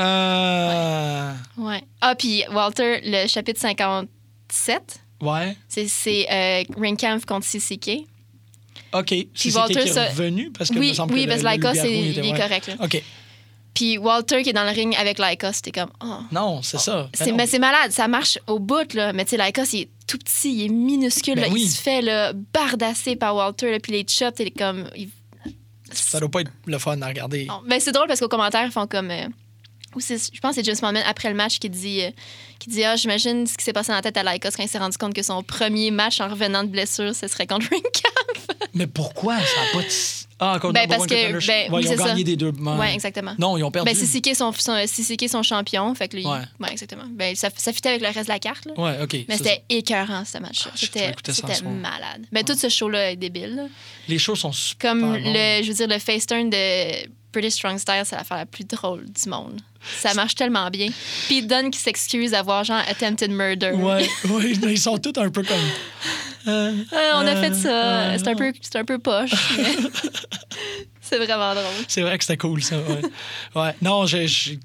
[SPEAKER 3] Euh,
[SPEAKER 5] Ouais. Ah puis Walter, le chapitre cinquante-sept,
[SPEAKER 3] ouais.
[SPEAKER 5] c'est, c'est euh, Ringkampf contre C C K.
[SPEAKER 3] OK. C'est
[SPEAKER 5] Walter,
[SPEAKER 3] qui est
[SPEAKER 5] ça-
[SPEAKER 3] revenu? Parce que il
[SPEAKER 5] Oui,
[SPEAKER 3] me semble
[SPEAKER 5] oui,
[SPEAKER 3] que
[SPEAKER 5] parce
[SPEAKER 3] le,
[SPEAKER 5] que
[SPEAKER 3] le
[SPEAKER 5] Lycos,
[SPEAKER 3] loup-garou,
[SPEAKER 5] c'est-
[SPEAKER 3] était-
[SPEAKER 5] il est
[SPEAKER 3] ouais.
[SPEAKER 5] correct. Là.
[SPEAKER 3] OK.
[SPEAKER 5] Puis Walter qui est dans le ring avec Lycos, c'était comme oh.
[SPEAKER 3] Non, c'est ça. Ben
[SPEAKER 5] C'est,
[SPEAKER 3] non.
[SPEAKER 5] mais c'est malade, ça marche au bout, là. Mais tu sais, Lycos, il est tout petit, il est minuscule.
[SPEAKER 3] Ben
[SPEAKER 5] là.
[SPEAKER 3] oui.
[SPEAKER 5] Il se fait là, bardasser par Walter, là, puis les chops, t'es comme. il-
[SPEAKER 3] Ça doit pas être le fun à regarder.
[SPEAKER 5] Non. Ben, c'est drôle parce qu'aux commentaires, ils font comme. euh, ou c'est- je pense que c'est James Smallman après le match qui dit, euh, qui dit ah, j'imagine ce qui s'est passé dans la tête à Lycos quand il s'est rendu compte que son premier match en revenant de blessure, ce serait contre Ringkampf.
[SPEAKER 3] Mais pourquoi? Ça n'a pas de... Ah, contre
[SPEAKER 5] Ben,
[SPEAKER 3] number
[SPEAKER 5] parce
[SPEAKER 3] one
[SPEAKER 5] que-
[SPEAKER 3] contender.
[SPEAKER 5] ben,
[SPEAKER 3] Ouais,
[SPEAKER 5] oui,
[SPEAKER 3] ils ont
[SPEAKER 5] c'est ça.
[SPEAKER 3] gagné des deux. Ouais,
[SPEAKER 5] Ouais, exactement.
[SPEAKER 3] Non, ils ont perdu.
[SPEAKER 5] Ben, Sissike son, son, Sissike son champion. Fait que lui,
[SPEAKER 3] Ouais.
[SPEAKER 5] ouais, exactement. Ben, ça, ça fitait avec le reste de la carte. Là.
[SPEAKER 3] Ouais, OK.
[SPEAKER 5] Mais
[SPEAKER 3] c'est
[SPEAKER 5] c'était écœurant, ce match-là.
[SPEAKER 3] Ah, shit, je vais
[SPEAKER 5] C'était
[SPEAKER 3] écouter ça en
[SPEAKER 5] c'était
[SPEAKER 3] ce moment.
[SPEAKER 5] malade. Ben, tout ce show-là est débile. Là.
[SPEAKER 3] ça. Les shows sont super
[SPEAKER 5] Comme
[SPEAKER 3] bons.
[SPEAKER 5] le, je veux dire, le face turn de British Strong Style, c'est l'affaire la plus drôle du monde. Ça marche tellement bien. Pete Dunne qui s'excuse d'avoir genre attempted murder.
[SPEAKER 3] Ouais, ouais, mais ils sont tous un peu comme... Euh,
[SPEAKER 5] Ah, on a fait ça.
[SPEAKER 3] euh,
[SPEAKER 5] C'est un peu, c'est un peu poche. mais c'est vraiment drôle.
[SPEAKER 3] C'est vrai que c'était cool, ça. Ouais. Ouais. Non, j'ai, j'ai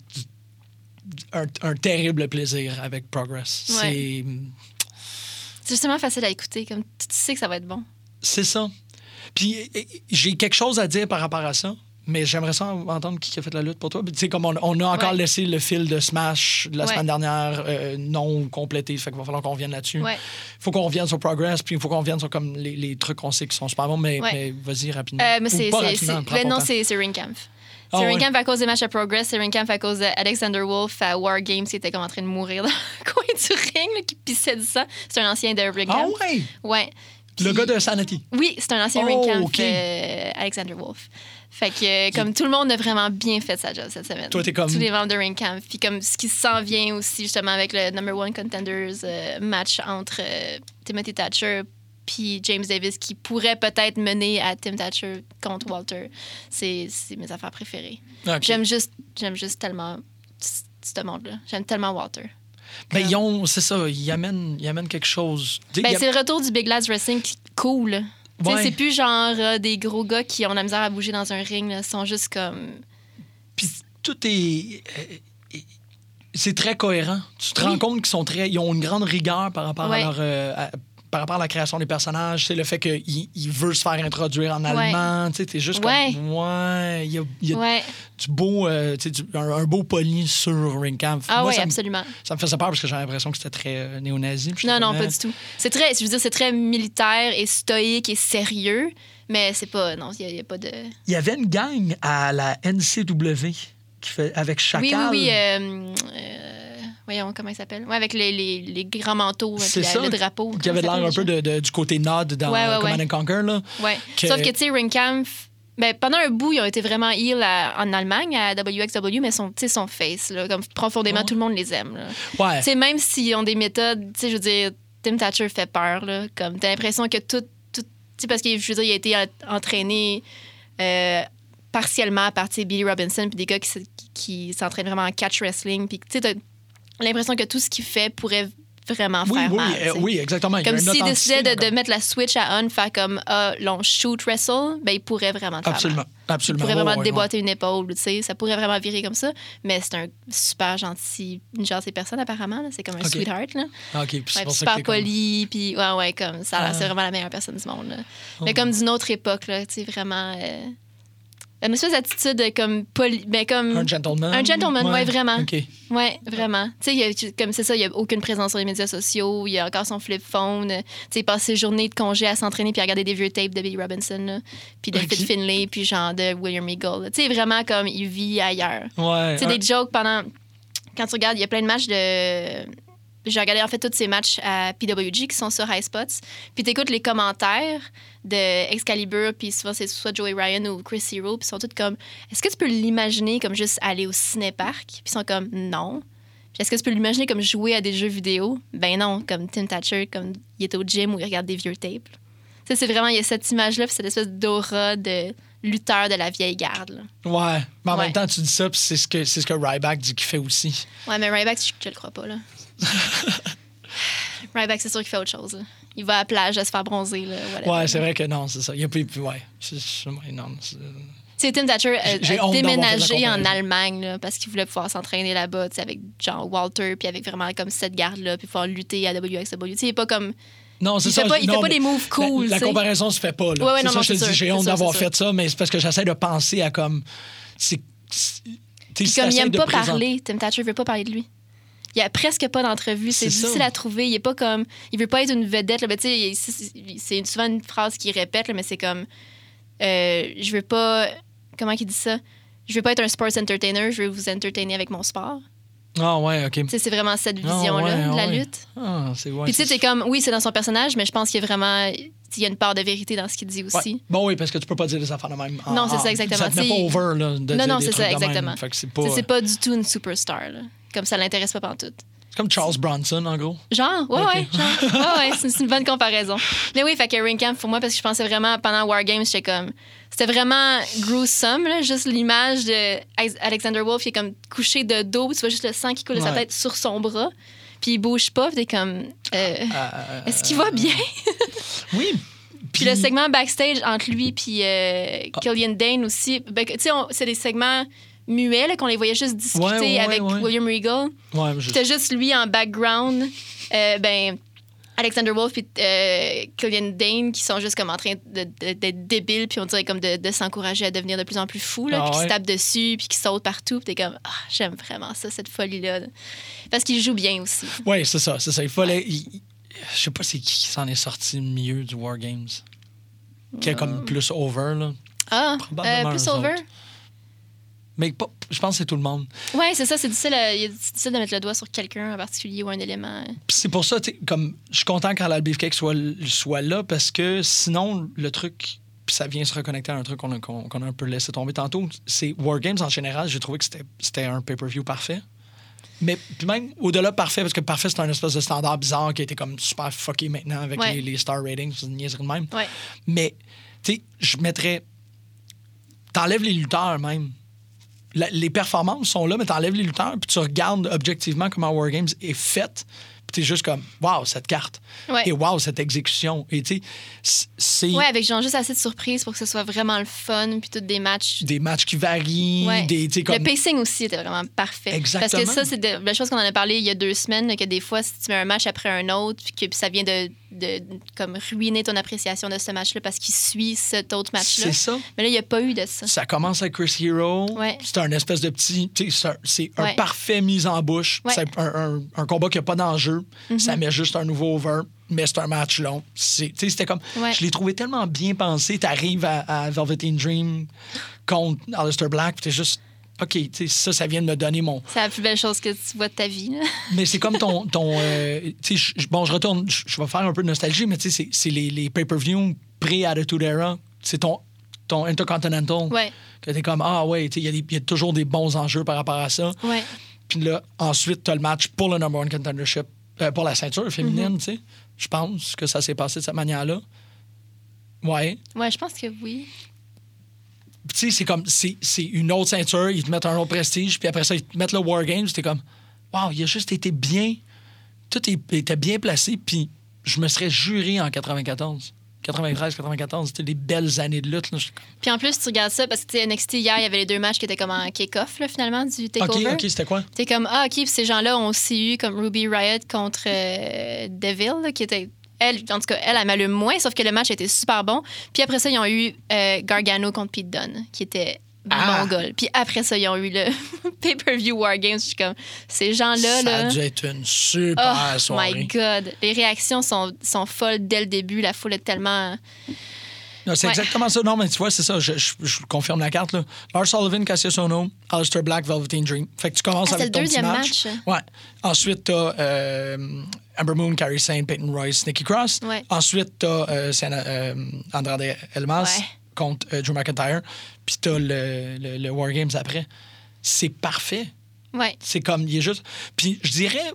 [SPEAKER 3] un, un terrible plaisir avec Progress.
[SPEAKER 5] Ouais.
[SPEAKER 3] C'est,
[SPEAKER 5] C'est justement facile à écouter. Comme tu sais que ça va être bon.
[SPEAKER 3] c'est ça. Puis eh, j'ai quelque chose à dire par rapport à ça, mais j'aimerais ça entendre qui a fait la lutte pour toi. Tu sais, comme on, on a encore
[SPEAKER 5] Ouais.
[SPEAKER 3] laissé le fil de Smash de la
[SPEAKER 5] Ouais.
[SPEAKER 3] semaine dernière euh, non complété, fait qu'il va falloir qu'on revienne là-dessus.
[SPEAKER 5] Ouais.
[SPEAKER 3] Il faut qu'on revienne sur Progress, puis il faut qu'on revienne sur comme les, les trucs qu'on sait qui sont super bons, mais,
[SPEAKER 5] Ouais.
[SPEAKER 3] mais vas-y rapidement.
[SPEAKER 5] Euh, mais
[SPEAKER 3] Ou
[SPEAKER 5] c'est,
[SPEAKER 3] pas
[SPEAKER 5] c'est,
[SPEAKER 3] rapidement,
[SPEAKER 5] c'est-
[SPEAKER 3] prends
[SPEAKER 5] ben
[SPEAKER 3] ton
[SPEAKER 5] non,
[SPEAKER 3] temps.
[SPEAKER 5] c'est, c'est Ring Camp.
[SPEAKER 3] Ah,
[SPEAKER 5] C'est Ring
[SPEAKER 3] ouais.
[SPEAKER 5] Camp à cause des matchs à Progress. C'est Ring Camp à cause d'Alexander Wolf à War Games qui était comme en train de mourir dans le coin du ring, là, qui pissait du sang. C'est un ancien de Ring
[SPEAKER 3] Ah
[SPEAKER 5] Camp.
[SPEAKER 3] ouais!
[SPEAKER 5] Ouais.
[SPEAKER 3] Le
[SPEAKER 5] Puis-
[SPEAKER 3] gars de Sanity.
[SPEAKER 5] Oui, c'est un ancien
[SPEAKER 3] Oh,
[SPEAKER 5] Ring Camp,
[SPEAKER 3] OK.
[SPEAKER 5] euh, Alexander Wolf. Fait que, euh, comme tout le monde a vraiment bien fait sa job cette semaine.
[SPEAKER 3] Toi, t'es comme-
[SPEAKER 5] Tous les membres de Ring Camp. Puis comme ce qui s'en vient aussi, justement, avec le Number One Contenders euh, match entre euh, Timothy Thatcher puis James Davis, qui pourrait peut-être mener à Tim Thatcher contre Walter. C'est, c'est mes affaires préférées.
[SPEAKER 3] Ok.
[SPEAKER 5] J'aime juste, j'aime juste tellement c- ce monde-là. J'aime tellement Walter.
[SPEAKER 3] Ben, ils ont, c'est ça, ils amènent, ils amènent quelque chose. Tu sais,
[SPEAKER 5] Ben,
[SPEAKER 3] il y a-
[SPEAKER 5] c'est le retour du Big Lads Wrestling qui cool. Tu sais,
[SPEAKER 3] Ouais.
[SPEAKER 5] c'est plus genre euh, des gros gars qui ont de la misère à bouger dans un ring. Là. Ils sont juste comme...
[SPEAKER 3] Puis tout est. euh, C'est très cohérent. Tu te
[SPEAKER 5] Oui.
[SPEAKER 3] rends compte qu'ils sont très. Ils ont une grande rigueur par rapport
[SPEAKER 5] Ouais.
[SPEAKER 3] à leur. euh, à- par rapport à la création des personnages, c'est le fait qu'il il veut se faire introduire en allemand. Tu sais, t'es juste
[SPEAKER 5] Ouais.
[SPEAKER 3] comme. Ouais. Il y a, il y a
[SPEAKER 5] Ouais.
[SPEAKER 3] du beau. euh, tu sais, du- un, un beau poli sur Ring Camp.
[SPEAKER 5] Ah
[SPEAKER 3] Moi,
[SPEAKER 5] oui,
[SPEAKER 3] ça me-
[SPEAKER 5] absolument.
[SPEAKER 3] Ça me faisait peur parce que j'avais l'impression que c'était très euh, néo-nazi. Puis j'étais
[SPEAKER 5] Non, non,
[SPEAKER 3] comme,
[SPEAKER 5] pas
[SPEAKER 3] euh,
[SPEAKER 5] du tout. C'est très, je veux dire, c'est très militaire et stoïque et sérieux, mais c'est pas... Non, il n'y a, pas de...
[SPEAKER 3] Il y avait une gang à la N C W qui fait, avec Chacal.
[SPEAKER 5] Oui, oui, oui. euh, euh, voyons, comment il s'appelle? Ouais, avec les, les, les grands manteaux,
[SPEAKER 3] C'est
[SPEAKER 5] puis la-
[SPEAKER 3] ça,
[SPEAKER 5] le drapeau.
[SPEAKER 3] Qui avait
[SPEAKER 5] Comment
[SPEAKER 3] l'air un
[SPEAKER 5] ça
[SPEAKER 3] peu
[SPEAKER 5] s'appelle
[SPEAKER 3] de, de- du côté nod dans
[SPEAKER 5] Ouais, ouais,
[SPEAKER 3] Command
[SPEAKER 5] ouais.
[SPEAKER 3] and Conquer. Là.
[SPEAKER 5] déjà? Ouais.
[SPEAKER 3] Que-
[SPEAKER 5] Sauf que, tu sais, Ring Camp... Ben, pendant un bout, ils ont été vraiment heel à- en Allemagne, à W X W, mais son, tu sais, son face, là, comme profondément,
[SPEAKER 3] Ouais.
[SPEAKER 5] tout le monde les aime. Là.
[SPEAKER 3] Ouais.
[SPEAKER 5] Tu sais, même s'ils ont des méthodes, tu sais, je veux dire, Tim Thatcher fait peur, là. Comme, t'as l'impression que tout. tout tu sais, parce que, je veux dire, il a été en- entraîné euh, partiellement par, tu sais, Billy Robinson, puis des gars qui, se- qui, qui s'entraînent vraiment en catch wrestling, puis, tu sais, t'as l'impression que tout ce qu'il fait pourrait vraiment
[SPEAKER 3] Oui,
[SPEAKER 5] faire
[SPEAKER 3] oui,
[SPEAKER 5] mal.
[SPEAKER 3] euh,
[SPEAKER 5] tu sais.
[SPEAKER 3] oui, exactement. Il y a
[SPEAKER 5] Comme
[SPEAKER 3] une
[SPEAKER 5] s'il
[SPEAKER 3] authenticité
[SPEAKER 5] décidait de,
[SPEAKER 3] dans-
[SPEAKER 5] de mettre la switch à on, faire comme, ah, l'on shoot wrestle, ben, il pourrait vraiment te faire
[SPEAKER 3] Absolument.
[SPEAKER 5] mal.
[SPEAKER 3] Absolument.
[SPEAKER 5] Il pourrait
[SPEAKER 3] Ouais,
[SPEAKER 5] vraiment
[SPEAKER 3] ouais,
[SPEAKER 5] te déboîter une épaule, tu sais. Ça pourrait vraiment virer comme ça. Mais c'est un super gentil, une gentille personne, apparemment. là. C'est comme un
[SPEAKER 3] Ok.
[SPEAKER 5] sweetheart, là.
[SPEAKER 3] ouais. Ah, OK, puis c'est
[SPEAKER 5] Ouais,
[SPEAKER 3] pour
[SPEAKER 5] puis
[SPEAKER 3] ça que
[SPEAKER 5] super
[SPEAKER 3] t'es comme-
[SPEAKER 5] poli, puis ouais, ouais, comme ça,
[SPEAKER 3] Ah.
[SPEAKER 5] c'est vraiment la meilleure personne du monde, là.
[SPEAKER 3] Oh.
[SPEAKER 5] Mais comme d'une autre époque, là, tu sais, vraiment... euh, une espèce d'attitude de comme poli... Ben, comme...
[SPEAKER 3] Un gentleman.
[SPEAKER 5] Un gentleman, ouais, vraiment.
[SPEAKER 3] OK.
[SPEAKER 5] Ouais, vraiment. Tu sais, il y a- comme c'est ça, il n'y a aucune présence sur les médias sociaux. Il y a encore son flip phone. Tu sais, il passe ses journées de congé à s'entraîner puis à regarder des vieux tapes de Billy Robinson, là, puis de
[SPEAKER 3] Ok.
[SPEAKER 5] Fit Finlay, puis genre de William Regal. là. Tu sais, vraiment comme il vit ailleurs.
[SPEAKER 3] Ouais.
[SPEAKER 5] Tu sais,
[SPEAKER 3] un-
[SPEAKER 5] des jokes pendant. Quand tu regardes, il y a plein de matchs de. J'ai regardé en fait tous ces matchs à P W G qui sont sur High Spots. Puis t'écoutes les commentaires de Excalibur, puis souvent c'est soit Joey Ryan ou Chris Hero, puis ils sont tous comme est-ce que tu peux l'imaginer comme juste aller au ciné-parc? Puis ils sont comme non. Puis est-ce que tu peux l'imaginer comme jouer à des jeux vidéo? Ben non, comme Tim Thatcher, comme il est au gym où il regarde des vieux tapes. Tu sais, c'est vraiment, il y a cette image-là, puis cette espèce d'aura de lutteur de la vieille garde. là.
[SPEAKER 3] Ouais. Mais en
[SPEAKER 5] Ouais.
[SPEAKER 3] même temps, tu dis ça, puis c'est ce que, c'est ce que Ryback dit qu'il fait aussi.
[SPEAKER 5] Ouais, mais Ryback, je, je le crois pas, là. Ryback, c'est sûr qu'il fait autre chose. là. Il va à la plage à se faire bronzer, là. whatever,
[SPEAKER 3] Ouais,
[SPEAKER 5] là.
[SPEAKER 3] c'est vrai que non, c'est ça. Il y a plus. Ouais. C'est- c'est- ouais, non, c'est-
[SPEAKER 5] Tu sais, Tim Thatcher a,
[SPEAKER 3] J'ai
[SPEAKER 5] a
[SPEAKER 3] honte d'avoir fait la
[SPEAKER 5] déménagé en
[SPEAKER 3] comparaison.
[SPEAKER 5] Allemagne là, parce qu'il voulait pouvoir s'entraîner là-bas, tu sais, avec genre Walter, puis avec vraiment comme cette garde-là, puis pouvoir lutter à W X W. Tu sais, il est pas comme.
[SPEAKER 3] Non, c'est
[SPEAKER 5] Il
[SPEAKER 3] ça.
[SPEAKER 5] fait pas, il
[SPEAKER 3] non,
[SPEAKER 5] fait pas
[SPEAKER 3] mais
[SPEAKER 5] des moves cool.
[SPEAKER 3] La, la
[SPEAKER 5] tu sais.
[SPEAKER 3] comparaison se fait pas. Là.
[SPEAKER 5] Ouais, ouais,
[SPEAKER 3] c'est
[SPEAKER 5] non,
[SPEAKER 3] ça,
[SPEAKER 5] non,
[SPEAKER 3] je te
[SPEAKER 5] c'est
[SPEAKER 3] dis,
[SPEAKER 5] sûr,
[SPEAKER 3] j'ai
[SPEAKER 5] c'est
[SPEAKER 3] honte
[SPEAKER 5] sûr,
[SPEAKER 3] d'avoir
[SPEAKER 5] c'est
[SPEAKER 3] fait ça, mais c'est parce que j'essaie de penser à comme. C'est. c'est- t'sais,
[SPEAKER 5] Puis
[SPEAKER 3] si
[SPEAKER 5] comme il
[SPEAKER 3] t'essayes
[SPEAKER 5] aime
[SPEAKER 3] de
[SPEAKER 5] pas
[SPEAKER 3] présenter-
[SPEAKER 5] parler, Tim Thatcher veut pas parler de lui. Il y a presque pas d'entrevue. C'est
[SPEAKER 3] C'est ça.
[SPEAKER 5] difficile à trouver. Il est pas comme. Il veut pas être une vedette. Là. Ben, tu sais, il- c'est c'est souvent une phrase qu'il répète, là, mais c'est comme. euh, je veux pas. Comment il dit ça? Je veux pas être un sports entertainer, je veux vous entertainer avec mon sport.
[SPEAKER 3] Ah, ouais, OK.
[SPEAKER 5] Tu sais, c'est vraiment cette
[SPEAKER 3] Ah,
[SPEAKER 5] vision-là
[SPEAKER 3] ouais,
[SPEAKER 5] de la
[SPEAKER 3] ouais.
[SPEAKER 5] lutte.
[SPEAKER 3] Ah, c'est ouais,
[SPEAKER 5] Puis tu sais,
[SPEAKER 3] c'est-
[SPEAKER 5] t'es comme, oui, c'est dans son personnage, mais je pense qu'il y a vraiment, il y a une part de vérité dans ce qu'il dit aussi.
[SPEAKER 3] Ouais. Bon, oui, parce que tu peux pas dire des affaires de même.
[SPEAKER 5] Non, c'est
[SPEAKER 3] En-
[SPEAKER 5] ça, exactement.
[SPEAKER 3] Ça te met
[SPEAKER 5] T'sais,
[SPEAKER 3] pas over, là, de
[SPEAKER 5] Non,
[SPEAKER 3] dire
[SPEAKER 5] non,
[SPEAKER 3] des
[SPEAKER 5] c'est
[SPEAKER 3] trucs
[SPEAKER 5] ça,
[SPEAKER 3] de même.
[SPEAKER 5] exactement.
[SPEAKER 3] Fait que c'est
[SPEAKER 5] Tu sais,
[SPEAKER 3] pas...
[SPEAKER 5] C'est pas du tout une superstar, là. Comme ça l'intéresse pas pantoute.
[SPEAKER 3] C'est comme Charles Bronson, en gros.
[SPEAKER 5] Genre, ouais,
[SPEAKER 3] Ok.
[SPEAKER 5] ouais, genre, ouais, ouais, c'est c'est une bonne comparaison. Mais oui, fait que Ring Camp, pour moi, parce que je pensais vraiment, pendant War Games, j'étais comme, c'était vraiment gruesome, là, juste l'image de Alexander Wolf qui est comme couché de dos, tu vois juste le sang qui coule de sa
[SPEAKER 3] Ouais.
[SPEAKER 5] tête sur son bras, puis il bouge pas, puis t'es comme, euh,
[SPEAKER 3] Euh,
[SPEAKER 5] est-ce qu'il va bien?
[SPEAKER 3] Oui.
[SPEAKER 5] Puis le segment backstage entre lui puis euh, Killian Dane aussi, ben, tu sais, on- c'est des segments muets, là, qu'on les voyait juste discuter
[SPEAKER 3] Ouais, ouais,
[SPEAKER 5] avec
[SPEAKER 3] ouais.
[SPEAKER 5] William Regal.
[SPEAKER 3] Ouais, mais je-
[SPEAKER 5] C'était juste lui en background. Euh, ben, Alexander Wolf et euh, Killian Dane qui sont juste comme en train de- de- d'être débiles, puis on dirait comme de, de s'encourager à devenir de plus en plus fous, là,
[SPEAKER 3] Ah
[SPEAKER 5] puis qui
[SPEAKER 3] ouais.
[SPEAKER 5] se tapent dessus, puis qui sautent partout. Puis t'es comme, ah, j'aime vraiment ça, cette folie-là. là. Parce qu'il joue bien aussi.
[SPEAKER 3] Ouais, c'est ça, c'est ça. Il fallait... il- il- Je sais pas c'est qui qui s'en est sorti mieux du War Games. Qui est comme plus over, là.
[SPEAKER 5] Ah,
[SPEAKER 3] Probablement
[SPEAKER 5] euh, plus
[SPEAKER 3] eux
[SPEAKER 5] over?
[SPEAKER 3] autres. Mais pas- je pense que c'est tout le monde.
[SPEAKER 5] Ouais, c'est ça, c'est difficile, euh, il est difficile de mettre le doigt sur quelqu'un en particulier ou un élément.
[SPEAKER 3] Puis c'est pour ça, tu sais, comme je suis content qu'Alal Beefcake soit, soit là parce que sinon, le truc, puis ça vient se reconnecter à un truc qu'on a, qu'on, qu'on a un peu laissé tomber tantôt, c'est War Games en général, j'ai trouvé que c'était, c'était un pay-per-view parfait. Mais puis même au-delà de parfait, parce que parfait, c'est un espèce de standard bizarre qui a été comme super fucké maintenant avec
[SPEAKER 5] Ouais.
[SPEAKER 3] les, les star ratings, c'est une niaiserie de même.
[SPEAKER 5] Ouais.
[SPEAKER 3] Mais, tu sais, je mettrais. T'enlèves les lutteurs même. La- les performances sont là, mais t'enlèves les lutteurs, puis tu regardes objectivement comment War Games est faite, puis t'es juste comme, waouh, cette carte.
[SPEAKER 5] Ouais.
[SPEAKER 3] Et waouh, cette exécution. Et tu sais, c- c'est
[SPEAKER 5] Ouais, avec genre juste assez de surprises pour que ce soit vraiment le fun, puis tous des matchs.
[SPEAKER 3] des matchs qui varient,
[SPEAKER 5] Ouais.
[SPEAKER 3] des. tu sais, Comme...
[SPEAKER 5] Le pacing aussi était vraiment parfait.
[SPEAKER 3] Exactement.
[SPEAKER 5] Parce que ça, c'est de- la chose qu'on en a parlé il y a deux semaines, là, que des fois, si tu mets un match après un autre, puis que puis ça vient de, de, de- comme ruiner ton appréciation de ce match-là parce qu'il suit cet autre match-là.
[SPEAKER 3] C'est ça.
[SPEAKER 5] Mais là, il n'y a pas eu de ça.
[SPEAKER 3] Ça commence avec Chris Hero.
[SPEAKER 5] Ouais.
[SPEAKER 3] C'est un espèce de petit. tu sais, C'est un, c'est un
[SPEAKER 5] Ouais.
[SPEAKER 3] parfait mise en bouche.
[SPEAKER 5] Ouais.
[SPEAKER 3] C'est un, un- un combat qui n'a pas d'enjeu.
[SPEAKER 5] Mm-hmm.
[SPEAKER 3] Ça met juste un nouveau over, mais c'est un match long. C'est- tu sais, C'était comme.
[SPEAKER 5] Ouais.
[SPEAKER 3] Je l'ai trouvé tellement bien pensé. Tu arrives à, à Velveteen Dream contre Aleister Black, puis t'es juste. OK, tu sais, ça, ça vient de me donner mon.
[SPEAKER 5] C'est la plus belle chose que tu vois de ta vie. Là.
[SPEAKER 3] Mais c'est comme ton. ton euh, tu sais, je- bon, je retourne. Je je vais faire un peu de nostalgie, mais tu sais, c'est- c'est les, les pay-per-view pré-Attitude Era. C'est ton, ton Intercontinental.
[SPEAKER 5] Ouais.
[SPEAKER 3] Que t'es comme, ah ouais, tu sais, il y, a des- il y a toujours des bons enjeux par rapport à ça.
[SPEAKER 5] Ouais.
[SPEAKER 3] Puis là, ensuite, tu as le match pour le number one contendership, euh, pour la ceinture féminine, tu sais. Je pense que ça s'est passé de cette manière-là. Ouais.
[SPEAKER 5] Ouais, je pense que oui.
[SPEAKER 3] Puis tu sais, c'est comme, c'est c'est une autre ceinture, ils te mettent un autre prestige, puis après ça, ils te mettent le War Games, t'es comme, wow, il a juste été bien. Tout est- était bien placé, puis je me serais juré en quatre-vingt-quatorze. quatre-vingt-treize, quatre-vingt-quatorze, c'était des belles années de lutte. Là. J'étais comme,
[SPEAKER 5] Puis en plus, tu regardes ça parce que tu sais, N X T, hier, il y avait les deux matchs qui étaient comme en kick-off, là, finalement, du
[SPEAKER 3] OK,
[SPEAKER 5] takeover.
[SPEAKER 3] OK, c'était quoi?
[SPEAKER 5] T'es comme, ah, OK, puis ces gens-là ont aussi eu comme Ruby Riott contre euh, Deville, là, qui était. Elle, en tout cas, elle, elle m'allume moins, sauf que le match était super bon. Puis après ça, ils ont eu euh, Gargano contre Pete Dunne, qui était
[SPEAKER 3] Ah!
[SPEAKER 5] mongol. Puis après ça, ils ont eu le pay-per-view War Games. Je suis comme, ces gens-là,
[SPEAKER 3] Ça
[SPEAKER 5] là.
[SPEAKER 3] a dû être une super
[SPEAKER 5] Oh
[SPEAKER 3] soirée.
[SPEAKER 5] my God. Les réactions sont, sont folles dès le début. La foule est tellement.
[SPEAKER 3] Non, c'est
[SPEAKER 5] Ouais.
[SPEAKER 3] exactement ça. Non, mais tu vois, c'est ça. Je, je- je confirme la carte. Là. Lars Sullivan, Cassius Ohno, Aleister Black, Velveteen Dream. Fait que tu commences
[SPEAKER 5] Ah, c'est
[SPEAKER 3] avec
[SPEAKER 5] le
[SPEAKER 3] ton petit
[SPEAKER 5] deuxième
[SPEAKER 3] match.
[SPEAKER 5] match.
[SPEAKER 3] Ouais. Ensuite, t'as euh, Amber Moon, Kairi Sane, Peyton Royce, Nikki Cross.
[SPEAKER 5] Ouais.
[SPEAKER 3] Ensuite, t'as euh, Sienna- euh, Andrade Elmas
[SPEAKER 5] Ouais.
[SPEAKER 3] contre euh, Drew McIntyre. Puis t'as le, le, le War Games après. C'est parfait.
[SPEAKER 5] Ouais.
[SPEAKER 3] C'est comme, il est juste... Puis je dirais,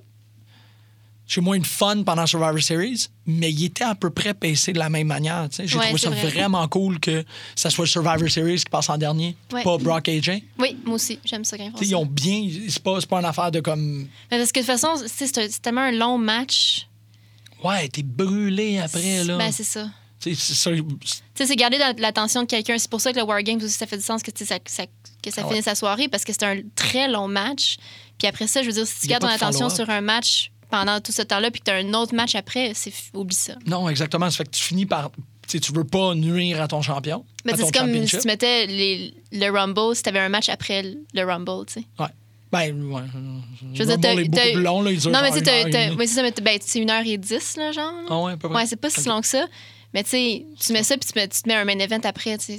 [SPEAKER 3] j'ai moins de fun pendant Survivor Series, mais il était à peu près pacé de la même manière. tu sais. J'ai
[SPEAKER 5] Ouais,
[SPEAKER 3] trouvé ça
[SPEAKER 5] c'est vrai.
[SPEAKER 3] vraiment cool que ça soit le Survivor Series qui passe en dernier,
[SPEAKER 5] Ouais.
[SPEAKER 3] pas Brock A J.
[SPEAKER 5] Oui, moi aussi. J'aime ça quand ils font
[SPEAKER 3] Tu sais,
[SPEAKER 5] ça.
[SPEAKER 3] Ils ont bien... C'est pas, c'est pas une affaire de comme...
[SPEAKER 5] Mais parce que de toute façon, tu sais, c'est un- c'est tellement un long match.
[SPEAKER 3] Ouais, t'es brûlé après, là.
[SPEAKER 5] Ben, c'est ça.
[SPEAKER 3] Tu sais, c'est ça.
[SPEAKER 5] Tu sais, c'est garder la- l'attention de quelqu'un. C'est pour ça que le War Games aussi, ça fait du sens que, tu sais, ça, ça- que ça
[SPEAKER 3] Ah ouais.
[SPEAKER 5] finisse la soirée parce que c'est un très long match. Puis après ça, je veux dire, si tu
[SPEAKER 3] Il y a
[SPEAKER 5] gardes ton
[SPEAKER 3] pas de
[SPEAKER 5] attention
[SPEAKER 3] follow-up.
[SPEAKER 5] sur un match pendant tout ce temps-là puis que tu as un autre match après, c'est oublie ça.
[SPEAKER 3] Non, exactement. Ça fait que tu finis par... Tu sais, tu veux pas nuire à ton champion,
[SPEAKER 5] Mais
[SPEAKER 3] à
[SPEAKER 5] c'est
[SPEAKER 3] ton
[SPEAKER 5] comme si
[SPEAKER 3] championship.
[SPEAKER 5] tu mettais les- le Rumble, si tu avais un match après le le Rumble, tu sais.
[SPEAKER 3] Ouais. Ben, ouais.
[SPEAKER 5] Je veux dire,
[SPEAKER 3] Le
[SPEAKER 5] t'as-
[SPEAKER 3] Rumble est beaucoup
[SPEAKER 5] t'as-
[SPEAKER 3] plus long, là. Il dure
[SPEAKER 5] Non, mais
[SPEAKER 3] genre
[SPEAKER 5] tu sais,
[SPEAKER 3] une
[SPEAKER 5] t'as-
[SPEAKER 3] heure et
[SPEAKER 5] t'as-
[SPEAKER 3] demie.
[SPEAKER 5] ouais, c'est ça, mais t'as- ben, c'est une heure et dix, là, genre.
[SPEAKER 3] Ah ouais, à peu près.
[SPEAKER 5] Ouais, c'est pas si
[SPEAKER 3] Ok.
[SPEAKER 5] long que ça. Mais tu sais, tu mets ça puis tu, mets- tu te mets un main event après, tu sais. c'est-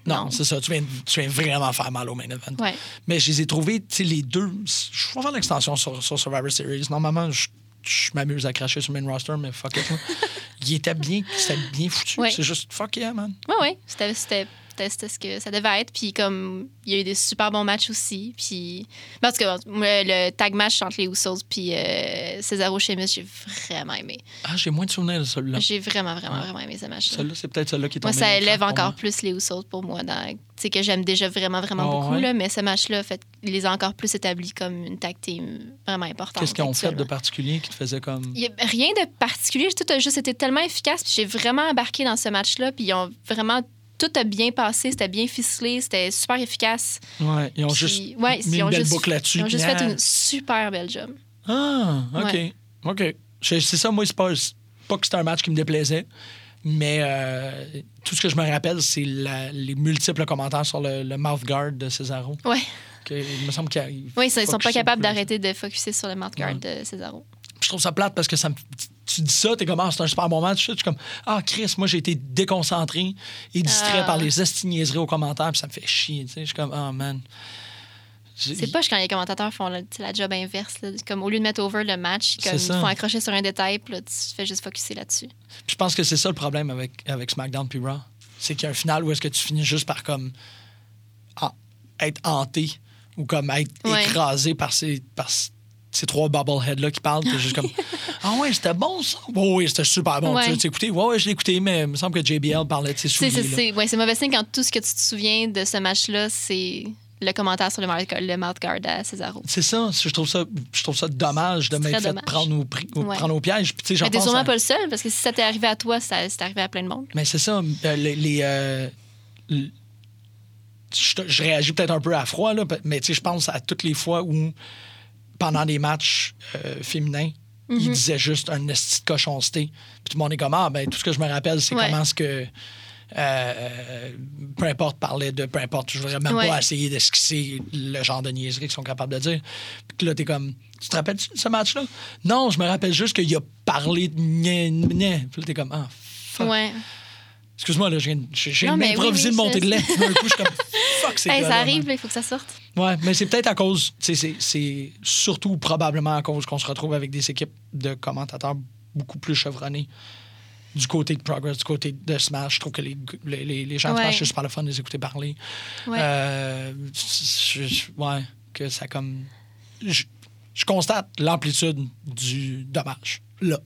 [SPEAKER 3] Non,
[SPEAKER 5] Non.
[SPEAKER 3] c'est ça. Tu viens, tu viens vraiment faire mal au main event.
[SPEAKER 5] Ouais.
[SPEAKER 3] Mais je les ai trouvés, tu sais, les deux. Je vais faire l'extension sur, sur Survivor Series. Normalement, je, je m'amuse à cracher sur le main roster, mais fuck it. Là. Il était bien, c'était bien foutu.
[SPEAKER 5] Ouais.
[SPEAKER 3] C'est juste fuck yeah, man.
[SPEAKER 5] Ouais, ouais. C'était, c'était, c'était, c'était ce que ça devait être. Puis comme, il y a eu des super bons matchs aussi. Puis, ben, en tout cas, moi, le tag match entre les Usos puis euh, Cesaro Sheamus, j'ai vraiment aimé.
[SPEAKER 3] Ah, j'ai moins de souvenirs de celui-là.
[SPEAKER 5] J'ai vraiment, vraiment,
[SPEAKER 3] Ouais.
[SPEAKER 5] vraiment aimé ce match-là.
[SPEAKER 3] Celui-là, c'est peut-être celui-là qui est
[SPEAKER 5] Moi,
[SPEAKER 3] tombé
[SPEAKER 5] ça
[SPEAKER 3] dans le
[SPEAKER 5] élève
[SPEAKER 3] crack pour
[SPEAKER 5] encore
[SPEAKER 3] moi.
[SPEAKER 5] plus les Usos pour moi. Dans, tu sais, que j'aime déjà vraiment, vraiment
[SPEAKER 3] Oh,
[SPEAKER 5] beaucoup.
[SPEAKER 3] ouais.
[SPEAKER 5] Là, mais ce match-là, fait, il les a encore plus établis comme une tag team vraiment importante.
[SPEAKER 3] Qu'est-ce qu'ils ont fait de
[SPEAKER 5] actuellement.
[SPEAKER 3] particulier qui te faisait comme.
[SPEAKER 5] Il n'y a rien de particulier. Tout a juste été tellement efficace. Puis j'ai vraiment embarqué dans ce match-là. Puis ils ont vraiment... Tout a bien passé. C'était bien ficelé. C'était super efficace.
[SPEAKER 3] Ouais, ils ont
[SPEAKER 5] Puis,
[SPEAKER 3] juste
[SPEAKER 5] ouais,
[SPEAKER 3] mis
[SPEAKER 5] ils
[SPEAKER 3] une
[SPEAKER 5] ont
[SPEAKER 3] belle
[SPEAKER 5] juste,
[SPEAKER 3] boucle là-dessus.
[SPEAKER 5] Ils ont juste
[SPEAKER 3] puis,
[SPEAKER 5] fait
[SPEAKER 3] ah.
[SPEAKER 5] une super belle job.
[SPEAKER 3] Ah, OK.
[SPEAKER 5] Ouais.
[SPEAKER 3] OK. C'est c'est ça, moi, c'est pas, c'est pas que c'était un match qui me déplaisait, mais euh, tout ce que je me rappelle, c'est la- les multiples commentaires sur le, le mouth guard de Cesaro.
[SPEAKER 5] Ouais.
[SPEAKER 3] Que, il me semble qu'ils
[SPEAKER 5] Oui, ils sont pas
[SPEAKER 3] focussaient
[SPEAKER 5] capables
[SPEAKER 3] beaucoup
[SPEAKER 5] d'arrêter de focusser sur le mouth guard
[SPEAKER 3] Ouais.
[SPEAKER 5] de Cesaro.
[SPEAKER 3] Je trouve ça plate parce que ça me. Tu dis ça, t'es comme, ah, c'est un super bon match. Je suis comme, ah, Chris, moi, j'ai été déconcentré et distrait
[SPEAKER 5] Ah.
[SPEAKER 3] par les estigniaiseries aux commentaires, puis ça me fait chier. Tu sais, je suis comme, ah, man. J'ai-
[SPEAKER 5] C'est pas quand les commentateurs font la, la job inverse. Là. Comme au lieu de mettre over le match, comme, ils
[SPEAKER 3] C'est
[SPEAKER 5] te
[SPEAKER 3] ça.
[SPEAKER 5] font accrocher sur un détail, puis là, tu fais juste focusser là-dessus.
[SPEAKER 3] Puis je pense que c'est ça le problème avec, avec SmackDown puis Raw. C'est qu'il y a un final où est-ce que tu finis juste par comme en- être hanté ou comme être
[SPEAKER 5] Ouais.
[SPEAKER 3] écrasé par ces, par c- ces trois bobbleheads-là qui parlent. T'es juste comme ah ouais, c'était bon ça. Oh, oui, c'était super bon.
[SPEAKER 5] Ouais.
[SPEAKER 3] Tu l'as écouté? Ouais, ouais, je l'ai écouté, mais il me semble que J B L parlait de ses
[SPEAKER 5] C'est,
[SPEAKER 3] souliers.
[SPEAKER 5] c'est,
[SPEAKER 3] là.
[SPEAKER 5] c'est, ouais, c'est mauvais signe quand tout ce que tu te souviens de ce match-là, c'est le commentaire sur le mouth le mouth guard à Cesaro.
[SPEAKER 3] C'est ça. Je trouve ça, je trouve ça dommage de
[SPEAKER 5] C'est
[SPEAKER 3] m'être
[SPEAKER 5] très
[SPEAKER 3] fait
[SPEAKER 5] dommage.
[SPEAKER 3] prendre au, pri- au-
[SPEAKER 5] Ouais.
[SPEAKER 3] prendre au piège. Puis, tu sais, j'en
[SPEAKER 5] Mais t'es
[SPEAKER 3] pense
[SPEAKER 5] sûrement
[SPEAKER 3] à-
[SPEAKER 5] pas le seul, parce que si ça t'est arrivé à toi, ça, c'est arrivé à plein de monde.
[SPEAKER 3] Mais c'est ça. euh, les, les, euh, l- je, te- je réagis peut-être un peu à froid, là, mais tu sais, je pense à toutes les fois où, pendant des matchs euh, féminins,
[SPEAKER 5] Mm-hmm.
[SPEAKER 3] il disait juste un esti de cochonceté. Puis tout le monde est comme, ah, ben, tout ce que je me rappelle, c'est
[SPEAKER 5] Ouais.
[SPEAKER 3] comment ce que. euh, peu importe, parlait de peu importe. Je voudrais même
[SPEAKER 5] Ouais.
[SPEAKER 3] pas essayer d'esquisser le genre de niaiserie qu'ils sont capables de dire. Puis là, t'es comme, tu te rappelles de ce match-là? Non, je me rappelle juste qu'il a parlé de gna, gna. Puis là, t'es comme, ah, fuck.
[SPEAKER 5] Ouais.
[SPEAKER 3] Excuse-moi, là, je viens, je, je viens
[SPEAKER 5] Non,
[SPEAKER 3] de
[SPEAKER 5] mais
[SPEAKER 3] m'improviser
[SPEAKER 5] oui,
[SPEAKER 3] de
[SPEAKER 5] oui,
[SPEAKER 3] monter
[SPEAKER 5] je-
[SPEAKER 3] de lait. D'un coup, je suis comme, fuck, c'est
[SPEAKER 5] Hey, ça arrive, là, il faut que ça sorte.
[SPEAKER 3] Ouais, mais c'est peut-être à cause, tu sais, c'est- c'est surtout probablement à cause qu'on se retrouve avec des équipes de commentateurs beaucoup plus chevronnés. Du côté de Progress, du côté de Smash, je trouve que les, les, les- les gens de
[SPEAKER 5] Ouais.
[SPEAKER 3] Smash, c'est super le fun de les écouter parler.
[SPEAKER 5] Ouais.
[SPEAKER 3] Euh, je- je- ouais, que ça comme. Je, je constate l'amplitude du dommage. Là.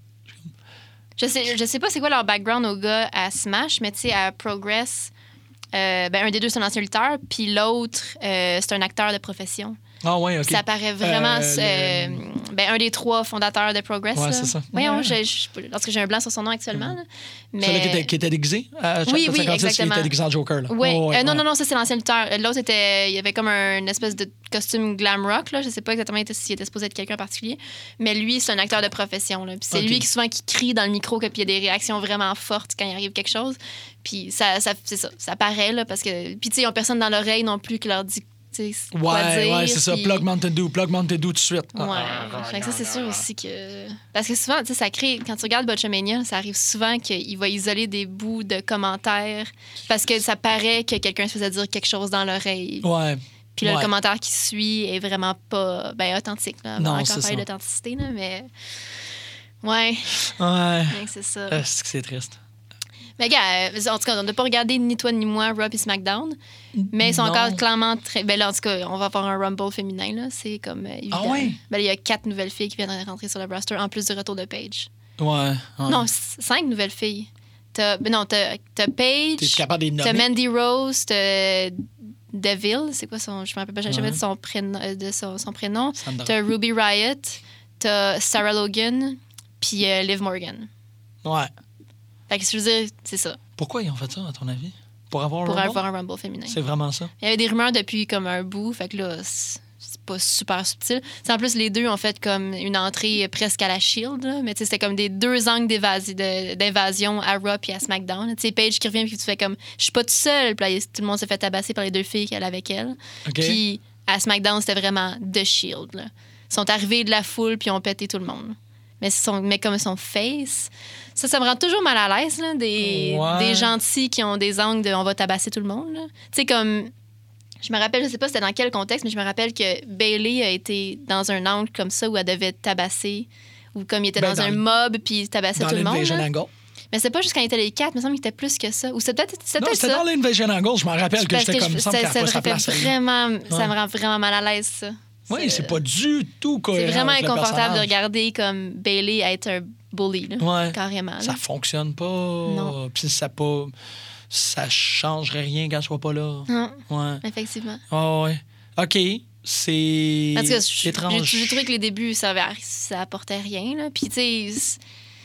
[SPEAKER 5] Je sais, je sais pas c'est quoi leur background aux gars à Smash, mais tu sais, à Progress, euh, ben, un des deux, c'est un ancien lutteur, puis l'autre, euh, c'est un acteur de profession.
[SPEAKER 3] Ah, ouais, OK.
[SPEAKER 5] Ça paraît vraiment.
[SPEAKER 3] Euh,
[SPEAKER 5] euh,
[SPEAKER 3] le-
[SPEAKER 5] ben, un des trois fondateurs de Progress.
[SPEAKER 3] Ouais,
[SPEAKER 5] là.
[SPEAKER 3] c'est ça.
[SPEAKER 5] Voyons,
[SPEAKER 3] Ouais.
[SPEAKER 5] je, je, parce que j'ai un blanc sur son nom actuellement. là. Mais...
[SPEAKER 3] Celui qui était, qui était déguisé à
[SPEAKER 5] Oui,
[SPEAKER 3] Chapter
[SPEAKER 5] oui,
[SPEAKER 3] cinquante-six,
[SPEAKER 5] exactement.
[SPEAKER 3] qui était déguisé en Joker. Là.
[SPEAKER 5] Ouais.
[SPEAKER 3] Oh, ouais,
[SPEAKER 5] Euh, non,
[SPEAKER 3] ouais.
[SPEAKER 5] non, non, ça, c'est l'ancien lutteur. Euh, L'autre, était, il y avait comme un, une espèce de costume glam rock. Là. Je sais pas exactement s'il était supposé être quelqu'un en particulier. Mais lui, c'est un acteur de profession. Là. Puis c'est
[SPEAKER 3] Ok.
[SPEAKER 5] lui qui souvent qui crie dans le micro, que, puis il y a des réactions vraiment fortes quand il arrive quelque chose. Puis ça, ça, c'est ça. Ça paraît, là, parce que. Puis tu sais, ils ont personne dans l'oreille non plus qui leur dit. tu sais, quoi
[SPEAKER 3] Ouais,
[SPEAKER 5] dire,
[SPEAKER 3] ouais, c'est ça.
[SPEAKER 5] puis-
[SPEAKER 3] Plug Mountain Dew, plug Mountain Dew tout de suite.
[SPEAKER 5] Ouais. Fait que ça, c'est sûr aussi que. Parce que souvent, tu sais, ça crée. Quand tu regardes Botchamania, ça arrive souvent qu'il va isoler des bouts de commentaires parce que ça paraît que quelqu'un se faisait dire quelque chose dans l'oreille.
[SPEAKER 3] Ouais.
[SPEAKER 5] Puis là,
[SPEAKER 3] ouais.
[SPEAKER 5] le commentaire qui suit est vraiment pas ben, authentique. Là. On va
[SPEAKER 3] Non,
[SPEAKER 5] encore
[SPEAKER 3] c'est
[SPEAKER 5] parler
[SPEAKER 3] ça.
[SPEAKER 5] d'authenticité, là, mais. Ouais,
[SPEAKER 3] Ouais.
[SPEAKER 5] bien que c'est ça.
[SPEAKER 3] Euh, c'est que c'est triste.
[SPEAKER 5] Mais gars, euh, en tout cas, on n'a pas regardé ni toi ni moi Raw et SmackDown, mais ils sont
[SPEAKER 3] Non.
[SPEAKER 5] encore clairement très. Ben là, en tout cas, on va avoir un Rumble féminin, là. C'est comme euh, évident.
[SPEAKER 3] Ah ouais?
[SPEAKER 5] Ben, il y a quatre nouvelles filles qui viennent de rentrer sur le roster, en plus du retour de Paige.
[SPEAKER 3] Ouais. ouais.
[SPEAKER 5] Non, c- cinq nouvelles filles. T'as, ben non, t'as, t'as Paige,
[SPEAKER 3] T'es capable de les
[SPEAKER 5] t'as
[SPEAKER 3] nommer?
[SPEAKER 5] Mandy Rose, t'as Deville, c'est quoi son. Je me rappelle pas, j'ai jamais
[SPEAKER 3] Ouais.
[SPEAKER 5] dit son prénom. euh, De son, son prénom.
[SPEAKER 3] Sandra.
[SPEAKER 5] T'as Ruby Riott, t'as Sarah Logan, puis euh, Liv Morgan.
[SPEAKER 3] Ouais.
[SPEAKER 5] Fait que je veux dire, c'est ça.
[SPEAKER 3] Pourquoi ils ont fait ça, à ton avis? Pour avoir
[SPEAKER 5] Pour
[SPEAKER 3] un Rumble?
[SPEAKER 5] avoir un Rumble féminin.
[SPEAKER 3] C'est vraiment ça?
[SPEAKER 5] Il y avait des rumeurs depuis comme un bout, fait que là, c'est c'est pas super subtil. C'est en plus, les deux ont fait comme une entrée presque à la Shield, là, mais tu sais, c'était comme des deux angles d'évasi- de- d'invasion à Raw puis à SmackDown. Tu sais, Paige qui revient puis tu fais comme, je suis pas tout seul, puis là, tout le monde s'est fait tabasser par les deux filles qu'elle avait avec elle.
[SPEAKER 3] OK.
[SPEAKER 5] Puis à SmackDown, c'était vraiment The Shield. Là. Ils sont arrivés de la foule puis ont pété tout le monde. mais, son, mais comme son face. Ça, ça me rend toujours mal à l'aise, là, des,
[SPEAKER 3] Ouais.
[SPEAKER 5] des gentils qui ont des angles de « on va tabasser tout le monde ». Tu sais, comme... Je me rappelle, je sais pas c'était dans quel contexte, mais je me rappelle que Bailey a été dans un angle comme ça où elle devait tabasser, ou comme il était
[SPEAKER 3] Ben,
[SPEAKER 5] dans,
[SPEAKER 3] dans
[SPEAKER 5] un
[SPEAKER 3] le-
[SPEAKER 5] mob puis il tabassait
[SPEAKER 3] Dans
[SPEAKER 5] tout le monde.
[SPEAKER 3] l'Invasion
[SPEAKER 5] là.
[SPEAKER 3] Angle.
[SPEAKER 5] Mais c'est pas juste quand il était les quatre, il me semble qu'il était plus que ça. Ou c'était peut-être c'était
[SPEAKER 3] Non,
[SPEAKER 5] peut-être
[SPEAKER 3] c'était
[SPEAKER 5] ça.
[SPEAKER 3] dans l'Invasion Angle. Je m'en rappelle que
[SPEAKER 5] Parce
[SPEAKER 3] j'étais
[SPEAKER 5] que
[SPEAKER 3] comme
[SPEAKER 5] je-
[SPEAKER 3] ça, me
[SPEAKER 5] ça,
[SPEAKER 3] pas
[SPEAKER 5] ça,
[SPEAKER 3] sa
[SPEAKER 5] me fait
[SPEAKER 3] place. elle.
[SPEAKER 5] vraiment, ça
[SPEAKER 3] Ouais.
[SPEAKER 5] me rend vraiment mal à l'aise, ça.
[SPEAKER 3] Oui, c'est pas du tout cohérent.
[SPEAKER 5] C'est vraiment
[SPEAKER 3] avec le
[SPEAKER 5] inconfortable de
[SPEAKER 3] personnage.
[SPEAKER 5] regarder comme Bailey être un bully, là,
[SPEAKER 3] Ouais.
[SPEAKER 5] carrément. là.
[SPEAKER 3] Ça fonctionne pas.
[SPEAKER 5] Non.
[SPEAKER 3] Puis ça pas... ça changerait rien quand je sois pas là.
[SPEAKER 5] Non,
[SPEAKER 3] Ouais.
[SPEAKER 5] effectivement.
[SPEAKER 3] Ah ouais. OK. C'est
[SPEAKER 5] En tout cas, j'ai
[SPEAKER 3] étrange.
[SPEAKER 5] j'ai trouvé que les débuts, ça, avait, ça apportait rien. Là. Puis, tu sais, c-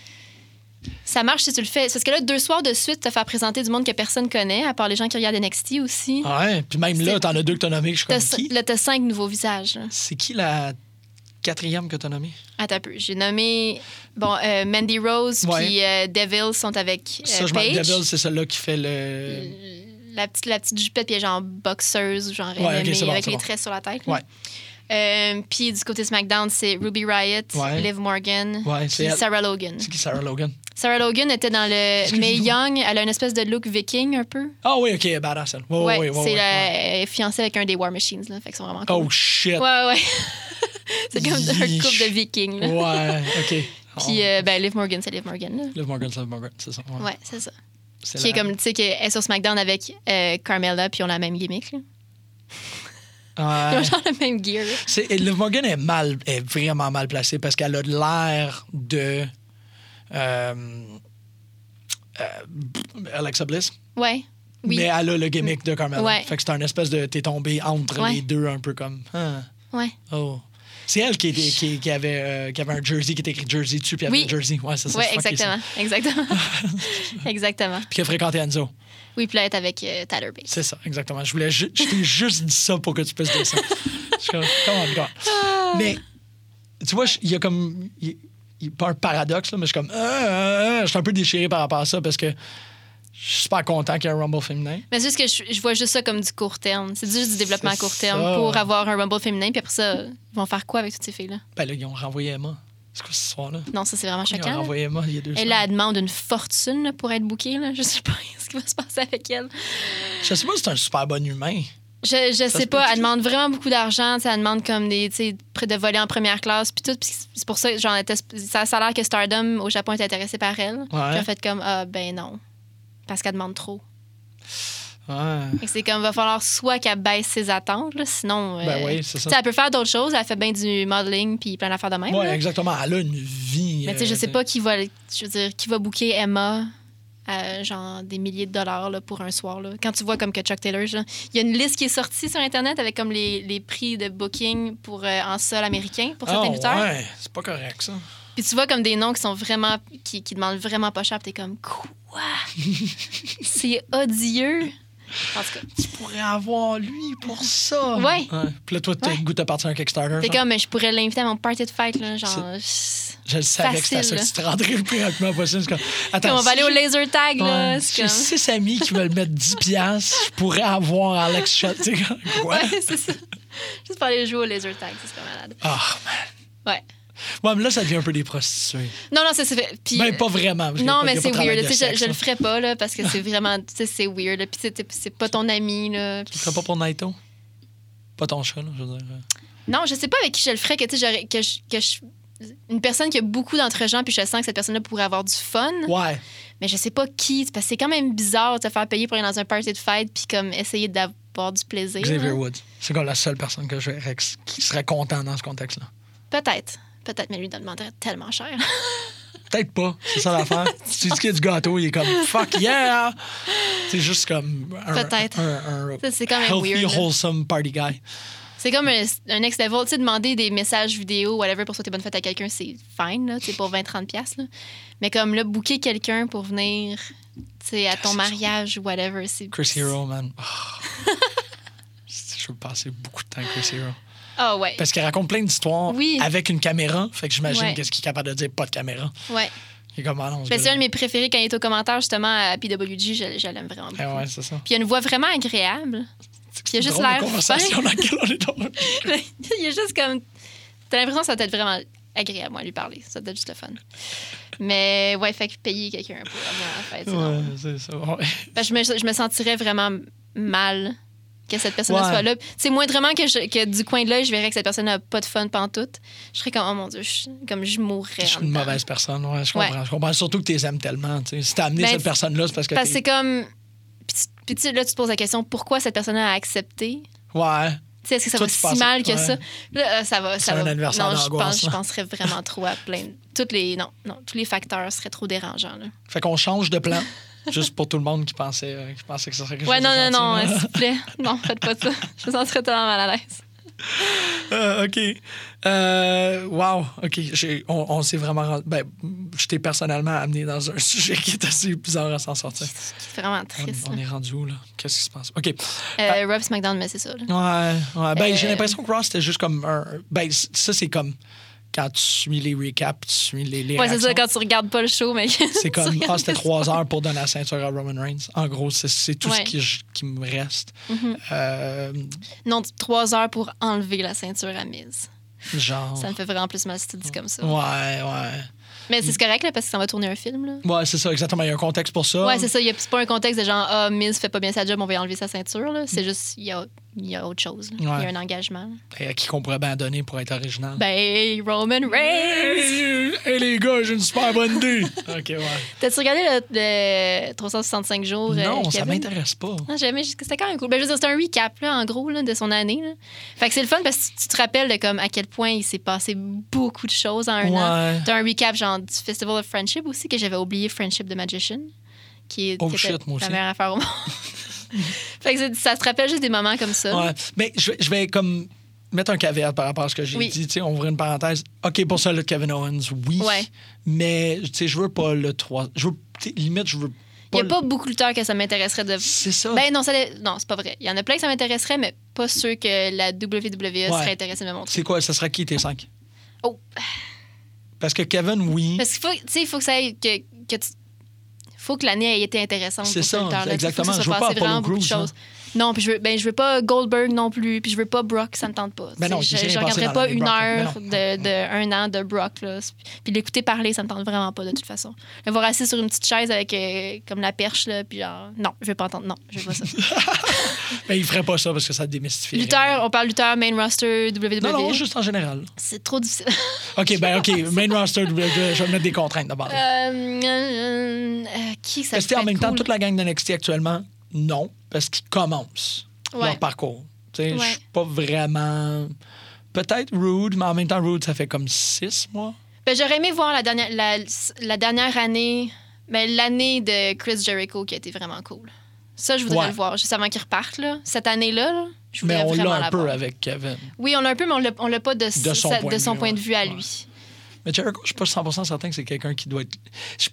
[SPEAKER 5] ça marche si tu le fais. Parce que là, deux soirs de suite, te faire présenter du monde que personne connaît, à part les gens qui regardent N X T aussi.
[SPEAKER 3] Ouais. Puis même là,
[SPEAKER 5] C'est-
[SPEAKER 3] t'en as deux que t'as nommés que je suis
[SPEAKER 5] T'as
[SPEAKER 3] comme qui?
[SPEAKER 5] Là, t'as cinq nouveaux visages. là.
[SPEAKER 3] C'est qui la quatrième que t'as nommée?
[SPEAKER 5] Attends un peu. J'ai nommé... Bon, euh, Mandy Rose
[SPEAKER 3] Ouais.
[SPEAKER 5] puis euh, Devil sont avec euh,
[SPEAKER 3] Ça, je m'en
[SPEAKER 5] Paige.
[SPEAKER 3] Devil, c'est celle-là qui fait le...
[SPEAKER 5] La petite, la petite jupette, puis elle est genre boxeuse, ou genre
[SPEAKER 3] Ouais, ok,
[SPEAKER 5] M M A,
[SPEAKER 3] c'est bon,
[SPEAKER 5] avec
[SPEAKER 3] c'est
[SPEAKER 5] les
[SPEAKER 3] bon.
[SPEAKER 5] traits sur la tête. là.
[SPEAKER 3] Ouais.
[SPEAKER 5] Euh, puis du côté SmackDown, c'est Ruby Riott,
[SPEAKER 3] Ouais.
[SPEAKER 5] Liv Morgan,
[SPEAKER 3] Ouais,
[SPEAKER 5] puis
[SPEAKER 3] c'est elle.
[SPEAKER 5] Sarah Logan.
[SPEAKER 3] C'est qui Sarah Logan?
[SPEAKER 5] Sarah Logan était dans le
[SPEAKER 3] Excuse-moi.
[SPEAKER 5] Mae Young. Elle a une espèce de look viking un peu.
[SPEAKER 3] Ah oui, OK, elle est badass, elle. Ouais,
[SPEAKER 5] ouais,
[SPEAKER 3] ouais, ouais,
[SPEAKER 5] c'est
[SPEAKER 3] ouais,
[SPEAKER 5] la-
[SPEAKER 3] ouais.
[SPEAKER 5] elle est fiancée avec un des War Machines, là. Fait que c'est vraiment cool.
[SPEAKER 3] Oh shit!
[SPEAKER 5] Ouais, ouais. c'est comme un
[SPEAKER 3] Yeesh.
[SPEAKER 5] couple de vikings, là.
[SPEAKER 3] Ouais, OK.
[SPEAKER 5] Puis, euh, ben, Liv Morgan, c'est Liv Morgan, là.
[SPEAKER 3] Liv Morgan, c'est Liv Morgan, c'est ça. Ouais.
[SPEAKER 5] Ouais, c'est ça.
[SPEAKER 3] C'est
[SPEAKER 5] Qui est
[SPEAKER 3] la-
[SPEAKER 5] comme, tu sais, qu'elle est sur SmackDown avec euh, Carmella, puis ils ont la même gimmick, là. Ils
[SPEAKER 3] Ouais.
[SPEAKER 5] ont genre le même gear, là.
[SPEAKER 3] C'est- et Liv Morgan est, mal, est vraiment mal placée parce qu'elle a de l'air de euh, euh, Alexa Bliss,
[SPEAKER 5] Ouais. Oui.
[SPEAKER 3] mais elle a le gimmick de Carmella.
[SPEAKER 5] Ouais.
[SPEAKER 3] Fait que c'est un espèce de... T'es tombé entre
[SPEAKER 5] Ouais.
[SPEAKER 3] les deux un peu comme... ah,
[SPEAKER 5] Ouais.
[SPEAKER 3] oh. C'est elle qui, était- qui, qui avait, euh, qui avait un jersey qui était écrit Jersey dessus, puis elle
[SPEAKER 5] Oui.
[SPEAKER 3] avait un jersey. Ouais, c'est ça.
[SPEAKER 5] Ouais,
[SPEAKER 3] c'est fucké, ça.
[SPEAKER 5] exactement. Exactement. exactement.
[SPEAKER 3] Puis qui a fréquenté Enzo.
[SPEAKER 5] Oui, puis là, elle est avec euh, Tyler Bates.
[SPEAKER 3] C'est ça, exactement. Je voulais ju- je t'ai juste dit ça pour que tu puisses dire ça. Je suis comme, come on, come on. Mais, tu vois, je- il y a comme... Il il y a pas un paradoxe, là, mais je suis comme... ah, ah, ah, je suis un peu déchiré par rapport à ça parce que je suis super content qu'il y ait un Rumble féminin.
[SPEAKER 5] Mais c'est juste que je, je vois juste ça comme du court terme. C'est juste du développement à
[SPEAKER 3] C'est
[SPEAKER 5] court terme
[SPEAKER 3] ça.
[SPEAKER 5] pour avoir un Rumble féminin, puis après ça, ils vont faire quoi avec toutes ces filles-là?
[SPEAKER 3] Ben là, ils ont renvoyé Emma. C'est quoi ce soir-là?
[SPEAKER 5] Non, ça, c'est vraiment
[SPEAKER 3] Ils ont
[SPEAKER 5] choquant. là.
[SPEAKER 3] renvoyé Emma il y a deux
[SPEAKER 5] Elle,
[SPEAKER 3] semaines.
[SPEAKER 5] là, elle demande une fortune là, pour être bookée. Là. Je sais pas ce qui va se passer avec elle.
[SPEAKER 3] Je sais pas si c'est un super bon humain.
[SPEAKER 5] Je, je
[SPEAKER 3] se
[SPEAKER 5] sais pas,
[SPEAKER 3] peut-tu?
[SPEAKER 5] elle demande vraiment beaucoup d'argent. tu sais, Elle demande comme des, tu sais, près de voler en première classe, puis tout. Puis c'est pour ça que genre, elle était- ça, ça a l'air que Stardom au Japon est intéressé par elle. Puis
[SPEAKER 3] Ouais.
[SPEAKER 5] en fait comme, ah ben non, parce qu'elle demande trop.
[SPEAKER 3] Ouais.
[SPEAKER 5] Fait que c'est comme, va falloir soit qu'elle baisse ses attentes, là, sinon...
[SPEAKER 3] Ben
[SPEAKER 5] euh,
[SPEAKER 3] oui, c'est
[SPEAKER 5] tu
[SPEAKER 3] ça.
[SPEAKER 5] sais, elle peut faire d'autres choses. Elle fait bien du modeling puis plein d'affaires de même.
[SPEAKER 3] Ouais,
[SPEAKER 5] là.
[SPEAKER 3] exactement. Elle a une vie.
[SPEAKER 5] Mais tu sais, je
[SPEAKER 3] euh,
[SPEAKER 5] sais pas qui va, je veux dire, qui va booker Emma à genre des milliers de dollars là, pour un soir. Là. Quand tu vois comme que Chuck Taylor, genre, il y a une liste qui est sortie sur Internet avec comme les, les prix de booking pour, euh, en sol américain pour certains
[SPEAKER 3] Ah,
[SPEAKER 5] lutteurs.
[SPEAKER 3] ouais, c'est pas correct, ça.
[SPEAKER 5] Puis tu vois comme des noms qui sont vraiment, qui, qui demandent vraiment pas cher. Puis t'es comme, quoi? C'est odieux. En tout cas,
[SPEAKER 3] Tu pourrais avoir lui pour ça.
[SPEAKER 5] Ouais.
[SPEAKER 3] Puis là, toi, t'as
[SPEAKER 5] Ouais.
[SPEAKER 3] le goût de partir un Kickstarter.
[SPEAKER 5] t'es
[SPEAKER 3] genre.
[SPEAKER 5] comme, mais je pourrais l'inviter à mon party de fête, là, genre...
[SPEAKER 3] Je le savais que c'était ça
[SPEAKER 5] facile,
[SPEAKER 3] que tu te rendrais le plus rapidement possible. C'est comme, attends,
[SPEAKER 5] Comme on va
[SPEAKER 3] si
[SPEAKER 5] aller au
[SPEAKER 3] j'ai-
[SPEAKER 5] laser tag, là.
[SPEAKER 3] Ouais,
[SPEAKER 5] c'est
[SPEAKER 3] si j'ai
[SPEAKER 5] comme...
[SPEAKER 3] six amis qui veulent mettre dix piastres, je pourrais avoir Alex Shot. Tu sais, comme, quoi?
[SPEAKER 5] Ouais, c'est ça. Juste pour aller jouer au laser tag, ça serait malade.
[SPEAKER 3] Ah, man.
[SPEAKER 5] Ouais.
[SPEAKER 3] Ouais, mais là, ça devient un peu des prostituées.
[SPEAKER 5] Non, non, ça c'est fait. Puis,
[SPEAKER 3] Ben, pas vraiment. parce qu'il y a
[SPEAKER 5] non,
[SPEAKER 3] pas- il y
[SPEAKER 5] mais
[SPEAKER 3] a
[SPEAKER 5] c'est
[SPEAKER 3] pas de travail
[SPEAKER 5] weird.
[SPEAKER 3] de
[SPEAKER 5] Tu sais, je,
[SPEAKER 3] sexe,
[SPEAKER 5] je le
[SPEAKER 3] là.
[SPEAKER 5] ferais pas, là, parce que c'est vraiment. Tu sais, c'est weird. là. Puis, tu sais, t'es- c'est pas ton ami, là.
[SPEAKER 3] Tu
[SPEAKER 5] Puis-
[SPEAKER 3] le ferais pas pour Naito? Pas ton chat, là, je veux dire.
[SPEAKER 5] Non, je sais pas avec qui je le ferais, que, tu sais, j'aurais- que, je, que je- une personne qui a beaucoup d'entre-gens, puis je sens que cette personne-là pourrait avoir du fun.
[SPEAKER 3] Ouais.
[SPEAKER 5] Mais je sais pas qui. Parce que c'est quand même bizarre de te faire payer pour aller dans un party de fête, puis comme essayer d'avoir du plaisir.
[SPEAKER 3] Xavier
[SPEAKER 5] là.
[SPEAKER 3] Woods. C'est comme la seule personne que je verrais qui qui serait content dans ce contexte-là.
[SPEAKER 5] Peut-être. Peut-être, mais lui, il demanderait tellement cher.
[SPEAKER 3] Peut-être pas. C'est ça l'affaire. Si tu dis qu'il y a du gâteau, il est comme fuck yeah! C'est juste comme un,
[SPEAKER 5] Peut-être.
[SPEAKER 3] un, un
[SPEAKER 5] Ça, c'est quand même
[SPEAKER 3] healthy,
[SPEAKER 5] weird, là.
[SPEAKER 3] wholesome party guy.
[SPEAKER 5] C'est comme un, un next level. Tu sais, demander des messages vidéo, whatever, pour souhaiter bonne fête à quelqu'un, c'est fine, là, tu sais, pour vingt à trente piastres. là. Mais comme là, booker quelqu'un pour venir, tu sais, à ton mariage ou whatever, c'est.
[SPEAKER 3] Chris Hero, man. Oh. Je veux passer beaucoup de temps avec Chris Hero.
[SPEAKER 5] Ah ouais.
[SPEAKER 3] Parce qu'il raconte plein d'histoires
[SPEAKER 5] Oui.
[SPEAKER 3] avec une caméra. Fait que j'imagine
[SPEAKER 5] Ouais.
[SPEAKER 3] qu'est-ce qu'il est capable de dire pas de caméra.
[SPEAKER 5] Ouais.
[SPEAKER 3] Il est comme, ah non, ce
[SPEAKER 5] Ben, c'est
[SPEAKER 3] gars-là.
[SPEAKER 5] un de mes préférés quand il est au commentaire, justement, à P W G. Je, je l'aime vraiment beaucoup.
[SPEAKER 3] Ah ouais, c'est ça.
[SPEAKER 5] Puis il a une voix vraiment agréable. Puis il a juste
[SPEAKER 3] Drôle de
[SPEAKER 5] l'air
[SPEAKER 3] conversation
[SPEAKER 5] fin.
[SPEAKER 3] dans laquelle on est tombé.
[SPEAKER 5] Il a juste comme. T'as l'impression que ça va être vraiment agréable, moi, à lui parler. Ça doit être juste le fun. Mais ouais, fait que payer quelqu'un pour venir à la fête, c'est
[SPEAKER 3] Ouais,
[SPEAKER 5] non.
[SPEAKER 3] c'est ça. Ouais.
[SPEAKER 5] Parce que je me, je me sentirais vraiment mal que cette personne-là
[SPEAKER 3] Ouais.
[SPEAKER 5] soit là. C'est moindrement que, je, que du coin de l'œil, je verrais que cette personne n'a pas de fun pantoute. Je serais comme, oh mon Dieu, je, comme je mourrais.
[SPEAKER 3] Je suis
[SPEAKER 5] en
[SPEAKER 3] une
[SPEAKER 5] dedans.
[SPEAKER 3] mauvaise personne, ouais, je comprends.
[SPEAKER 5] Ouais.
[SPEAKER 3] Je comprends surtout que tu les aimes tellement. Tu sais. Si t'as amené
[SPEAKER 5] Ben,
[SPEAKER 3] cette personne-là, c'est parce que
[SPEAKER 5] Parce que
[SPEAKER 3] t'es...
[SPEAKER 5] c'est comme. Puis, tu- puis tu sais, là, tu te poses la question, pourquoi cette personne-là a accepté?
[SPEAKER 3] Ouais.
[SPEAKER 5] Tu sais, est-ce que ça
[SPEAKER 3] Toi,
[SPEAKER 5] va
[SPEAKER 3] tu
[SPEAKER 5] si
[SPEAKER 3] penses-
[SPEAKER 5] mal que
[SPEAKER 3] ouais.
[SPEAKER 5] ça? Là, euh, ça va.
[SPEAKER 3] C'est
[SPEAKER 5] Ça
[SPEAKER 3] un
[SPEAKER 5] va.
[SPEAKER 3] anniversaire
[SPEAKER 5] Non, je
[SPEAKER 3] d'angoisse,
[SPEAKER 5] pense, je
[SPEAKER 3] là.
[SPEAKER 5] penserais vraiment trop à plein. de- Toutes les, non, non, tous les facteurs seraient trop dérangeants. Là.
[SPEAKER 3] Fait qu'on change de plan, juste pour tout le monde qui pensait, euh, qui pensait que ça serait quelque
[SPEAKER 5] Ouais,
[SPEAKER 3] chose
[SPEAKER 5] non,
[SPEAKER 3] de
[SPEAKER 5] non, non,
[SPEAKER 3] gentil,
[SPEAKER 5] euh,
[SPEAKER 3] là.
[SPEAKER 5] s'il vous plaît. Non, faites pas ça. Je me sentirais tellement mal à l'aise.
[SPEAKER 3] Euh, OK. Euh, wow. OK. J'ai- on on s'est vraiment... rend- Ben, je t'ai personnellement amené dans un sujet qui est assez bizarre à s'en sortir.
[SPEAKER 5] C'est vraiment
[SPEAKER 3] On,
[SPEAKER 5] triste.
[SPEAKER 3] on
[SPEAKER 5] là.
[SPEAKER 3] est rendu où, là? Qu'est-ce qui se passe? OK.
[SPEAKER 5] Euh, Rob SmackDown, mais c'est ça. Là.
[SPEAKER 3] Ouais, ouais. Ben, j'ai
[SPEAKER 5] Euh,
[SPEAKER 3] l'impression que Ross, c'était juste comme un... Ben, c- ça, c'est comme quand tu suis les recaps, tu suis les, les
[SPEAKER 5] Ouais, c'est ça,
[SPEAKER 3] réactions.
[SPEAKER 5] quand tu regardes pas le show, mais.
[SPEAKER 3] C'est comme,
[SPEAKER 5] tu
[SPEAKER 3] ah,
[SPEAKER 5] regardes
[SPEAKER 3] c'était
[SPEAKER 5] le
[SPEAKER 3] trois
[SPEAKER 5] show.
[SPEAKER 3] heures pour donner la ceinture à Roman Reigns. En gros, c'est, c'est tout
[SPEAKER 5] Ouais.
[SPEAKER 3] ce qui, je- qui me reste.
[SPEAKER 5] Mhm.
[SPEAKER 3] Euh,
[SPEAKER 5] Non, trois heures pour enlever la ceinture à Miz.
[SPEAKER 3] genre...
[SPEAKER 5] Ça me fait vraiment plus mal si tu dis comme ça.
[SPEAKER 3] Ouais, ouais.
[SPEAKER 5] Mais c'est correct, là, parce que ça va tourner un film. Là.
[SPEAKER 3] Ouais, c'est ça, exactement. Il y a un contexte pour ça.
[SPEAKER 5] Ouais, c'est ça. y a- C'est pas un contexte de genre, ah, Miz fait pas bien sa job, on va y enlever sa ceinture. Là. C'est juste, il y a, il y a autre chose. là. Il
[SPEAKER 3] Ouais.
[SPEAKER 5] y a un engagement.
[SPEAKER 3] Et à qui qu'on pourrait bien donner pour être original.
[SPEAKER 5] Ben, Roman Reigns!
[SPEAKER 3] Hey, hey, les gars, j'ai une super bonne idée. OK, ouais.
[SPEAKER 5] T'as-tu regardé le, le trois cent soixante-cinq jours? euh,
[SPEAKER 3] Non, ça
[SPEAKER 5] Kevin?
[SPEAKER 3] m'intéresse pas.
[SPEAKER 5] Non, jamais. C'était quand même cool. Ben, je veux dire, c'est un recap, là, en gros, là, de son année. Là. Fait que c'est le fun parce que tu te rappelles de comme, à quel point il s'est passé beaucoup de choses en un an.
[SPEAKER 3] Ouais.
[SPEAKER 5] T'as un recap genre du Festival of Friendship aussi, que j'avais oublié Friendship the Magician, qui est
[SPEAKER 3] Oh
[SPEAKER 5] qui était
[SPEAKER 3] shit, moi
[SPEAKER 5] la
[SPEAKER 3] aussi.
[SPEAKER 5] meilleure affaire au monde. Fait que c'est- ça te rappelle juste des moments comme ça.
[SPEAKER 3] Ouais. Mais je vais, je vais comme mettre un caveat par rapport à ce que j'ai
[SPEAKER 5] Oui.
[SPEAKER 3] dit. Tu sais, on ouvre une parenthèse. OK, pour ça, le Kevin Owens, oui.
[SPEAKER 5] Ouais.
[SPEAKER 3] Mais, tu sais, je veux pas le trois. Je veux, tu sais, limite, je veux
[SPEAKER 5] Il
[SPEAKER 3] pas.
[SPEAKER 5] n'y a
[SPEAKER 3] le-
[SPEAKER 5] pas beaucoup de lutteurs que ça m'intéresserait de.
[SPEAKER 3] C'est ça.
[SPEAKER 5] Ben non, ça l'est- non, c'est pas vrai. Il y en a plein que ça m'intéresserait, mais pas sûr que la W W E
[SPEAKER 3] Ouais.
[SPEAKER 5] serait intéressée de me montrer.
[SPEAKER 3] C'est quoi? Ça sera qui tes cinq?
[SPEAKER 5] Oh.
[SPEAKER 3] Parce que Kevin, oui.
[SPEAKER 5] Parce qu'il faut, tu sais, il faut que ça aille, que, que tu- faut que l'année ait été intéressante.
[SPEAKER 3] C'est
[SPEAKER 5] pour
[SPEAKER 3] ça,
[SPEAKER 5] ce lutteur-là.
[SPEAKER 3] exactement.
[SPEAKER 5] Il faut que ça
[SPEAKER 3] Je veux
[SPEAKER 5] soit
[SPEAKER 3] pas
[SPEAKER 5] passé
[SPEAKER 3] Apollo
[SPEAKER 5] vraiment beaucoup de
[SPEAKER 3] Crews,
[SPEAKER 5] choses. Non, puis je veux, ben, je veux pas Goldberg non plus, puis je veux pas Brock, ça me tente pas.
[SPEAKER 3] Ben non,
[SPEAKER 5] Tu sais,
[SPEAKER 3] il s'est
[SPEAKER 5] je, je
[SPEAKER 3] rien passé
[SPEAKER 5] regarderai
[SPEAKER 3] dans
[SPEAKER 5] pas
[SPEAKER 3] l'année
[SPEAKER 5] une
[SPEAKER 3] Brock, là.
[SPEAKER 5] heure
[SPEAKER 3] Ben non.
[SPEAKER 5] de, de un an de Brock, là. Puis l'écouter parler, ça me tente vraiment pas de toute façon. Le voir assis sur une petite chaise avec euh, comme la perche, là, puis genre, non, je veux pas entendre, non, je veux pas ça.
[SPEAKER 3] Mais il ferait pas ça parce que ça démystifie.
[SPEAKER 5] Lutteur, on parle lutteur, main roster, W W E.
[SPEAKER 3] Non, non, juste en général.
[SPEAKER 5] C'est trop difficile.
[SPEAKER 3] OK, ben OK. Main roster, je vais mettre des contraintes d'abord.
[SPEAKER 5] Euh, euh, euh, qui ça
[SPEAKER 3] Est-ce que en
[SPEAKER 5] serait
[SPEAKER 3] même temps,
[SPEAKER 5] cool?
[SPEAKER 3] toute la gang de N X T actuellement? Non, parce qu'ils commencent
[SPEAKER 5] Ouais.
[SPEAKER 3] leur parcours. Tu sais, je
[SPEAKER 5] Ouais.
[SPEAKER 3] suis pas vraiment... Peut-être Rude, mais en même temps, Rude, ça fait comme six mois.
[SPEAKER 5] Ben, j'aurais aimé voir la dernière, la, la dernière année, ben, l'année de Chris Jericho qui a été vraiment cool. Ça, je voudrais
[SPEAKER 3] Ouais.
[SPEAKER 5] le voir, juste avant qu'il reparte. Là. Cette année-là, là, je
[SPEAKER 3] Mais
[SPEAKER 5] voudrais
[SPEAKER 3] on
[SPEAKER 5] vraiment
[SPEAKER 3] l'a un
[SPEAKER 5] la
[SPEAKER 3] peu
[SPEAKER 5] voir.
[SPEAKER 3] avec Kevin.
[SPEAKER 5] Oui, on l'a un peu, mais on l'a, on l'a pas de,
[SPEAKER 3] De son
[SPEAKER 5] sa-
[SPEAKER 3] point
[SPEAKER 5] de
[SPEAKER 3] de
[SPEAKER 5] son
[SPEAKER 3] vue,
[SPEAKER 5] point de
[SPEAKER 3] ouais.
[SPEAKER 5] vue à
[SPEAKER 3] Ouais.
[SPEAKER 5] lui.
[SPEAKER 3] Mais Jericho, je suis pas cent pour cent certain que c'est quelqu'un qui doit être... Je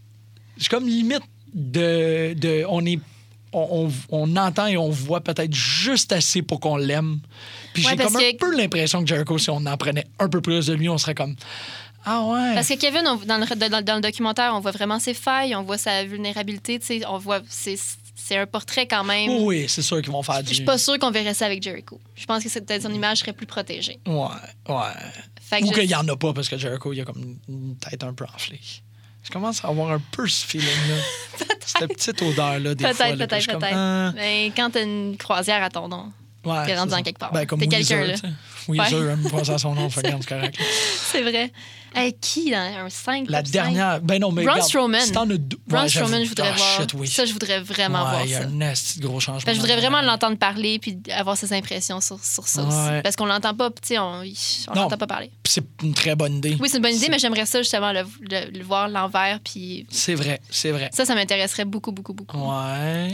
[SPEAKER 3] je suis comme limite de... de on est... On, on, on entend et on voit peut-être juste assez pour qu'on l'aime. Puis
[SPEAKER 5] Ouais,
[SPEAKER 3] j'ai
[SPEAKER 5] parce
[SPEAKER 3] comme un
[SPEAKER 5] que-
[SPEAKER 3] peu l'impression que Jericho, si on en prenait un peu plus de lui, on serait comme... Ah ouais.
[SPEAKER 5] Parce que Kevin, on- dans, le, dans, dans le documentaire, on voit vraiment ses failles, on voit sa vulnérabilité. tu sais, On voit, c'est, c'est un portrait quand même.
[SPEAKER 3] Oui, oui, c'est sûr qu'ils vont faire
[SPEAKER 5] Je
[SPEAKER 3] du...
[SPEAKER 5] suis pas sûre qu'on verrait ça avec Jericho. Je pense que c'est- peut-être son image serait plus protégée.
[SPEAKER 3] Ouais, ouais.
[SPEAKER 5] Fait que
[SPEAKER 3] Ou
[SPEAKER 5] je-
[SPEAKER 3] qu'il n'y en a pas parce que Jericho, il a comme une tête un peu enflée. Je commence à avoir un peu ce feeling-là. Cette petite odeur-là, des
[SPEAKER 5] Peut-être,
[SPEAKER 3] fois. là, que
[SPEAKER 5] peut-être,
[SPEAKER 3] je suis comme,
[SPEAKER 5] peut-être.
[SPEAKER 3] ah,
[SPEAKER 5] Mais quand t'as une croisière à ton nom,
[SPEAKER 3] ouais,
[SPEAKER 5] t'es
[SPEAKER 3] c'est
[SPEAKER 5] rendu
[SPEAKER 3] ça.
[SPEAKER 5] dans quelque part.
[SPEAKER 3] Ben, comme
[SPEAKER 5] T'es quelqu'un,
[SPEAKER 3] Weezer,
[SPEAKER 5] là.
[SPEAKER 3] tu sais. Weezer,
[SPEAKER 5] Ouais.
[SPEAKER 3] même pas à son nom, fait que c'est correct. là.
[SPEAKER 5] c'est vrai. Hey, qui dans un cinq?
[SPEAKER 3] La
[SPEAKER 5] top cinq?
[SPEAKER 3] dernière... Ben non, mais
[SPEAKER 5] Braun
[SPEAKER 3] regarde,
[SPEAKER 5] Strowman.
[SPEAKER 3] si t'en as deux...
[SPEAKER 5] Braun
[SPEAKER 3] Ouais,
[SPEAKER 5] Strowman,
[SPEAKER 3] j'avoue.
[SPEAKER 5] je voudrais
[SPEAKER 3] Ah,
[SPEAKER 5] voir.
[SPEAKER 3] shit, oui.
[SPEAKER 5] Ça, je voudrais vraiment
[SPEAKER 3] Ouais,
[SPEAKER 5] voir
[SPEAKER 3] il y a
[SPEAKER 5] ça.
[SPEAKER 3] un esti de gros changement.
[SPEAKER 5] Fait que je voudrais vraiment l'entendre parler puis avoir ses impressions sur, sur ça aussi.
[SPEAKER 3] Ouais.
[SPEAKER 5] Parce qu'on l'entend pas, tu sais, on, on
[SPEAKER 3] Non.
[SPEAKER 5] l'entend pas parler.
[SPEAKER 3] Puis c'est une très bonne idée.
[SPEAKER 5] Oui, c'est une bonne idée,
[SPEAKER 3] C'est-
[SPEAKER 5] mais j'aimerais ça justement le, le- le voir l'envers puis
[SPEAKER 3] C'est vrai, c'est vrai.
[SPEAKER 5] ça, ça m'intéresserait beaucoup, beaucoup, beaucoup.
[SPEAKER 3] Ouais.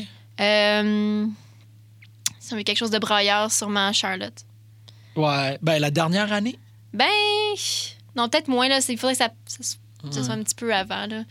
[SPEAKER 5] Euh, si on veut quelque chose de braillard, sûrement Charlotte.
[SPEAKER 3] Ouais. Ben, la dernière année...
[SPEAKER 5] Ben, non, peut-être moins, là. C'est- Il faudrait que ça, ça, ça
[SPEAKER 3] Ouais.
[SPEAKER 5] soit un petit peu avant, là.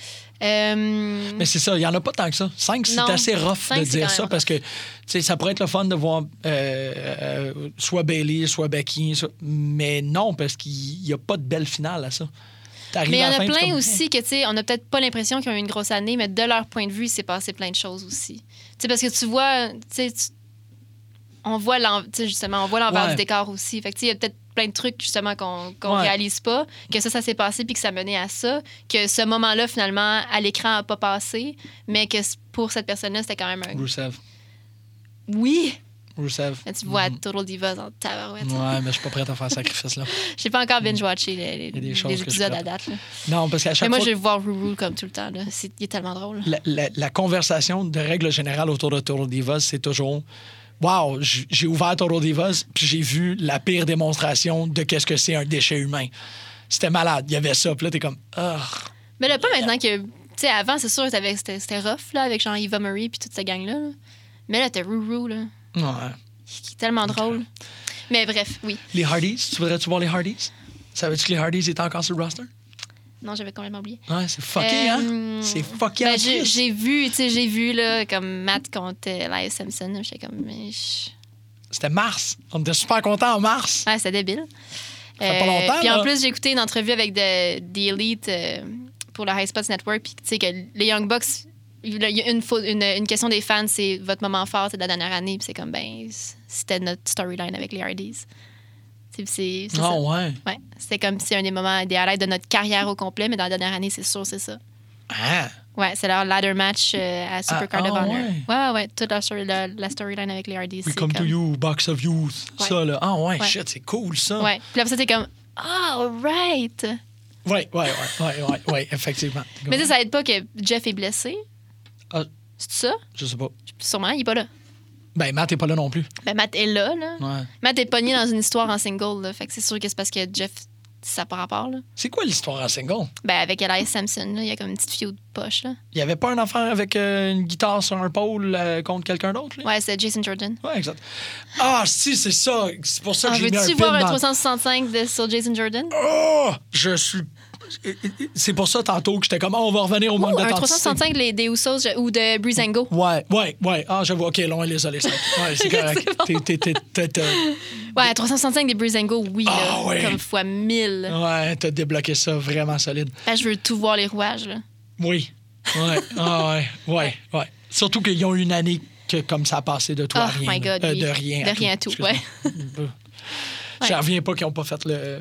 [SPEAKER 5] Euh,
[SPEAKER 3] Mais c'est ça, il n'y en a pas tant que ça. Cinq, c'est
[SPEAKER 5] Non.
[SPEAKER 3] assez rough
[SPEAKER 5] Cinq,
[SPEAKER 3] de
[SPEAKER 5] c'est
[SPEAKER 3] dire
[SPEAKER 5] quand
[SPEAKER 3] ça
[SPEAKER 5] même
[SPEAKER 3] parce que tu sais, ça pourrait être le fun de voir euh, euh, soit Bailey, soit Becky. soit- Mais non, parce qu'il n'y a pas de belle finale à ça. T'arrives
[SPEAKER 5] Mais il y
[SPEAKER 3] à
[SPEAKER 5] en
[SPEAKER 3] la
[SPEAKER 5] a
[SPEAKER 3] fin,
[SPEAKER 5] plein
[SPEAKER 3] c'est comme,
[SPEAKER 5] aussi que, tu sais, on n'a peut-être pas l'impression qu'ils ont eu une grosse année, mais de leur point de vue, il s'est passé plein de choses aussi. Tu sais, parce que tu vois, tu sais, tu- on voit l'en- tu sais, justement, on voit l'envers
[SPEAKER 3] Ouais.
[SPEAKER 5] du décor aussi. Fait que, tu sais, il y a peut-être plein de trucs, justement, qu'on qu'on
[SPEAKER 3] Ouais.
[SPEAKER 5] réalise pas, que ça, ça s'est passé puis que ça menait à ça, que ce moment-là, finalement, à l'écran, a pas passé, mais que c- pour cette personne-là, c'était quand même un...
[SPEAKER 3] Rusev.
[SPEAKER 5] Oui!
[SPEAKER 3] Rusev.
[SPEAKER 5] Là, tu vois
[SPEAKER 3] Mhm.
[SPEAKER 5] Total Divas en tabarouette.
[SPEAKER 3] Ouais, mais je suis pas prête à faire ce sacrifice-là.
[SPEAKER 5] J'ai pas encore binge-watché les, les,
[SPEAKER 3] Il y a des
[SPEAKER 5] les
[SPEAKER 3] choses que je
[SPEAKER 5] épisodes
[SPEAKER 3] suis
[SPEAKER 5] à date. Là.
[SPEAKER 3] Non, parce qu'à
[SPEAKER 5] Mais
[SPEAKER 3] chaque
[SPEAKER 5] moi,
[SPEAKER 3] fois...
[SPEAKER 5] je vais voir Ruru comme tout le temps. Là. C'est, il est tellement drôle.
[SPEAKER 3] La, la- la conversation de règle générale autour de Total Divas, c'est toujours wow, j- j'ai ouvert Total Divas, puis j'ai vu la pire démonstration de qu'est-ce que c'est un déchet humain. C'était malade. Il y avait ça, puis là, t'es comme ah.
[SPEAKER 5] Mais là, pas maintenant que. Tu sais, avant, c'est sûr, t'avais- c'était, c'était rough, là, avec genre Eva Marie puis toute cette gang-là. là. Mais là, t'as Ruru, là,
[SPEAKER 3] Ouais.
[SPEAKER 5] qui est tellement drôle. Mais bref, oui.
[SPEAKER 3] Les Hardys, tu voudrais-tu voir les Hardys? Savais-tu que les Hardys étaient encore sur le roster?
[SPEAKER 5] Non, j'avais complètement oublié.
[SPEAKER 3] Ouais, c'est fucké, hein?
[SPEAKER 5] Euh,
[SPEAKER 3] C'est fucké
[SPEAKER 5] Ben,
[SPEAKER 3] en
[SPEAKER 5] j'ai,
[SPEAKER 3] Christ.
[SPEAKER 5] j'ai vu, tu sais, j'ai vu, là, comme Matt contre Elias Simpson. là, J'étais comme. mais je-
[SPEAKER 3] C'était mars. On était super contents en mars.
[SPEAKER 5] Ouais, c'est débile.
[SPEAKER 3] Ça fait pas longtemps,
[SPEAKER 5] Puis en
[SPEAKER 3] là.
[SPEAKER 5] plus, j'ai écouté une entrevue avec The, The Elite euh, pour le High Spots Network. Puis tu sais que les Young Bucks, il y a une, fau- une, une question des fans, c'est votre moment fort, c'est de la dernière année. Puis c'est comme, ben, c'était notre storyline avec les Hardys. C'est, c'est, c'est
[SPEAKER 3] Ah
[SPEAKER 5] ça.
[SPEAKER 3] ouais.
[SPEAKER 5] Ouais, c'était comme c'est un des moments des highlights de notre carrière au complet, mais dans la dernière année, c'est sûr, c'est ça.
[SPEAKER 3] Ah.
[SPEAKER 5] Ouais, c'est leur ladder match euh, à Supercard
[SPEAKER 3] Ah,
[SPEAKER 5] of
[SPEAKER 3] ah,
[SPEAKER 5] Honor.
[SPEAKER 3] ouais.
[SPEAKER 5] Ouais, ouais, toute la, story, la, la storyline avec les Hardys.
[SPEAKER 3] We
[SPEAKER 5] c'est
[SPEAKER 3] come to
[SPEAKER 5] comme-
[SPEAKER 3] you, box of youth.
[SPEAKER 5] Ouais.
[SPEAKER 3] Ça, là. Ah ouais,
[SPEAKER 5] Ouais.
[SPEAKER 3] shit, c'est cool, ça.
[SPEAKER 5] Ouais, puis après ça, t'es comme, ah, all right.
[SPEAKER 3] Ouais, ouais, ouais, ouais, ouais, ouais, effectivement.
[SPEAKER 5] Mais ça, ça aide pas que Jeff est blessé.
[SPEAKER 3] Ah.
[SPEAKER 5] C'est ça?
[SPEAKER 3] Je sais pas.
[SPEAKER 5] Sûrement, il est pas là.
[SPEAKER 3] Ben, Matt est pas là non plus.
[SPEAKER 5] Ben, Matt est là, là.
[SPEAKER 3] Ouais.
[SPEAKER 5] Matt est pogné dans une histoire en single, là. Fait que c'est sûr que c'est parce que Jeff, ça n'a pas rapport, là.
[SPEAKER 3] C'est quoi l'histoire en single?
[SPEAKER 5] Ben, avec Elias Sampson, là, il y a comme une petite fille de poche, là.
[SPEAKER 3] Il y avait pas un affaire avec euh, une guitare sur un pôle euh, contre quelqu'un d'autre, là?
[SPEAKER 5] Ouais, c'est Jason Jordan.
[SPEAKER 3] Ouais, exact. Ah, si, c'est ça. C'est pour ça que
[SPEAKER 5] Ah,
[SPEAKER 3] j'ai mis un
[SPEAKER 5] veux-tu
[SPEAKER 3] pin
[SPEAKER 5] voir un
[SPEAKER 3] dans...
[SPEAKER 5] trois cent soixante-cinq de, sur Jason Jordan?
[SPEAKER 3] Oh! Je suis... C'est pour ça, tantôt, que j'étais comme, oh, on va revenir au manque
[SPEAKER 5] Ouh, un
[SPEAKER 3] d'authenticité.
[SPEAKER 5] trois cent soixante-cinq des, des Usos je- ou de Breezango.
[SPEAKER 3] Ouais, ouais, ouais. Ah, j'avoue, OK, là, on les a, les cinq. Ouais, c'est correct.
[SPEAKER 5] C'est bon.
[SPEAKER 3] T'es- t'es- t'es- t'es- t'es-
[SPEAKER 5] Ouais, trois cent soixante-cinq des Breezango, oui,
[SPEAKER 3] Ah,
[SPEAKER 5] là.
[SPEAKER 3] ouais.
[SPEAKER 5] Comme fois mille.
[SPEAKER 3] Ouais, t'as débloqué ça vraiment solide.
[SPEAKER 5] Ben, je veux tout voir les rouages, là.
[SPEAKER 3] Oui. Ouais. Ah, ouais. Ouais. Ouais. Surtout qu'ils ont eu une année que, comme ça a passé de tout à
[SPEAKER 5] Oh
[SPEAKER 3] rien.
[SPEAKER 5] my
[SPEAKER 3] là.
[SPEAKER 5] God,
[SPEAKER 3] Euh,
[SPEAKER 5] oui.
[SPEAKER 3] de rien
[SPEAKER 5] De
[SPEAKER 3] à
[SPEAKER 5] rien à tout,
[SPEAKER 3] Excuse-moi.
[SPEAKER 5] Ouais.
[SPEAKER 3] J'en reviens pas qu'ils n'ont pas fait le.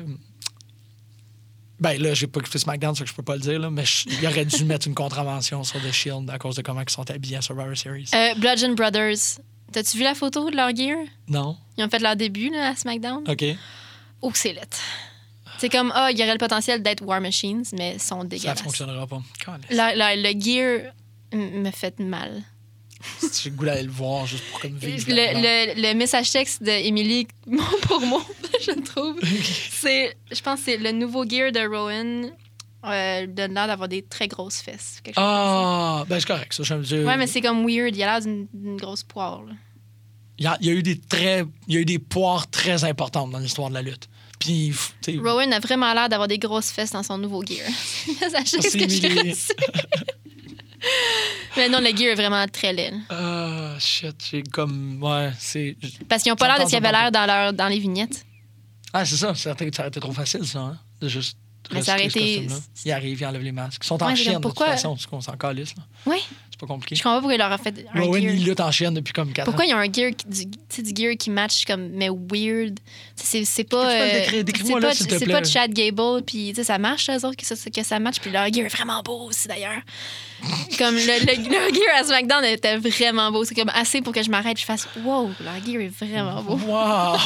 [SPEAKER 3] Ben là, j'ai pas écouté SmackDown, ça que je peux pas le dire, là, mais je- il aurait dû mettre une contravention sur The Shield à cause de comment ils sont habillés à Survivor Series.
[SPEAKER 5] Euh, Bludgeon Brothers. T'as-tu vu la photo de leur gear?
[SPEAKER 3] Non?
[SPEAKER 5] Ils ont fait leur début, là, à SmackDown.
[SPEAKER 3] OK.
[SPEAKER 5] Oh, que c'est lettre. C'est comme, ah, il y aurait le potentiel d'être War Machines, mais ils sont
[SPEAKER 3] Ça
[SPEAKER 5] dégueulasses.
[SPEAKER 3] fonctionnera pas. Calisse.
[SPEAKER 5] La- la- le gear m- me fait mal.
[SPEAKER 3] J'ai le goût d'aller le voir juste pour comme
[SPEAKER 5] Le,
[SPEAKER 3] vivre. là-dedans.
[SPEAKER 5] le, le message texte d'Emily, mot pour mot, je trouve, c'est, je pense que c'est le nouveau gear de Rowan euh, donne l'air d'avoir des très grosses fesses. quelque chose
[SPEAKER 3] Ah, ben c'est correct. Ça, j'aime
[SPEAKER 5] comme ça. Ouais, mais c'est comme weird. Il a l'air d'une, d'une grosse poire. Là.
[SPEAKER 3] il, y a, il y a eu des très, il y a eu des poires très importantes dans l'histoire de la lutte. Puis, tu sais,
[SPEAKER 5] Rowan a vraiment l'air d'avoir des grosses fesses dans son nouveau gear. C'est le message texte
[SPEAKER 3] Merci,
[SPEAKER 5] que j'ai
[SPEAKER 3] Emily.
[SPEAKER 5] reçu. Mais non, le gear est vraiment très laid. là.
[SPEAKER 3] Ah, shit, j'ai comme, ouais, c'est.
[SPEAKER 5] Parce qu'ils n'ont pas l'air de ce qu'ils avaient
[SPEAKER 3] J'entends,
[SPEAKER 5] l'air dans, leur, dans les vignettes.
[SPEAKER 3] Ah, c'est ça, ça aurait, été, ça aurait été trop facile, ça, hein, de juste.
[SPEAKER 5] Mais ça aurait
[SPEAKER 3] recycler ce
[SPEAKER 5] été-
[SPEAKER 3] costume-là. Ils arrivent, ils enlèvent les masques. Ils sont en
[SPEAKER 5] Ouais, c'est
[SPEAKER 3] chienne,
[SPEAKER 5] comme,
[SPEAKER 3] de toute
[SPEAKER 5] pourquoi-
[SPEAKER 3] façon, parce qu'on s'en calisse, là.
[SPEAKER 5] Oui.
[SPEAKER 3] C'est pas compliqué.
[SPEAKER 5] Je comprends pas pourquoi ils leur ont fait un
[SPEAKER 3] Rowan,
[SPEAKER 5] gear.
[SPEAKER 3] il lutte en chienne depuis comme quatre
[SPEAKER 5] Pourquoi
[SPEAKER 3] ans.
[SPEAKER 5] ils ont un gear, qui- du, tu sais, du gear qui match comme mais weird. C'est, c'est pas.
[SPEAKER 3] Peux-tu me le
[SPEAKER 5] euh,
[SPEAKER 3] décrire? Décris-moi,
[SPEAKER 5] c'est
[SPEAKER 3] là,
[SPEAKER 5] pas,
[SPEAKER 3] s'il te
[SPEAKER 5] c'est
[SPEAKER 3] plaît.
[SPEAKER 5] pas de Chad Gable, puis tu sais, ça marche, eux autres, que ça, que ça match, puis leur gear est vraiment beau aussi d'ailleurs. Comme le, le, leur gear à SmackDown était vraiment beau. C'est comme assez pour que je m'arrête et je fasse wow, leur gear est vraiment beau.
[SPEAKER 3] Wow!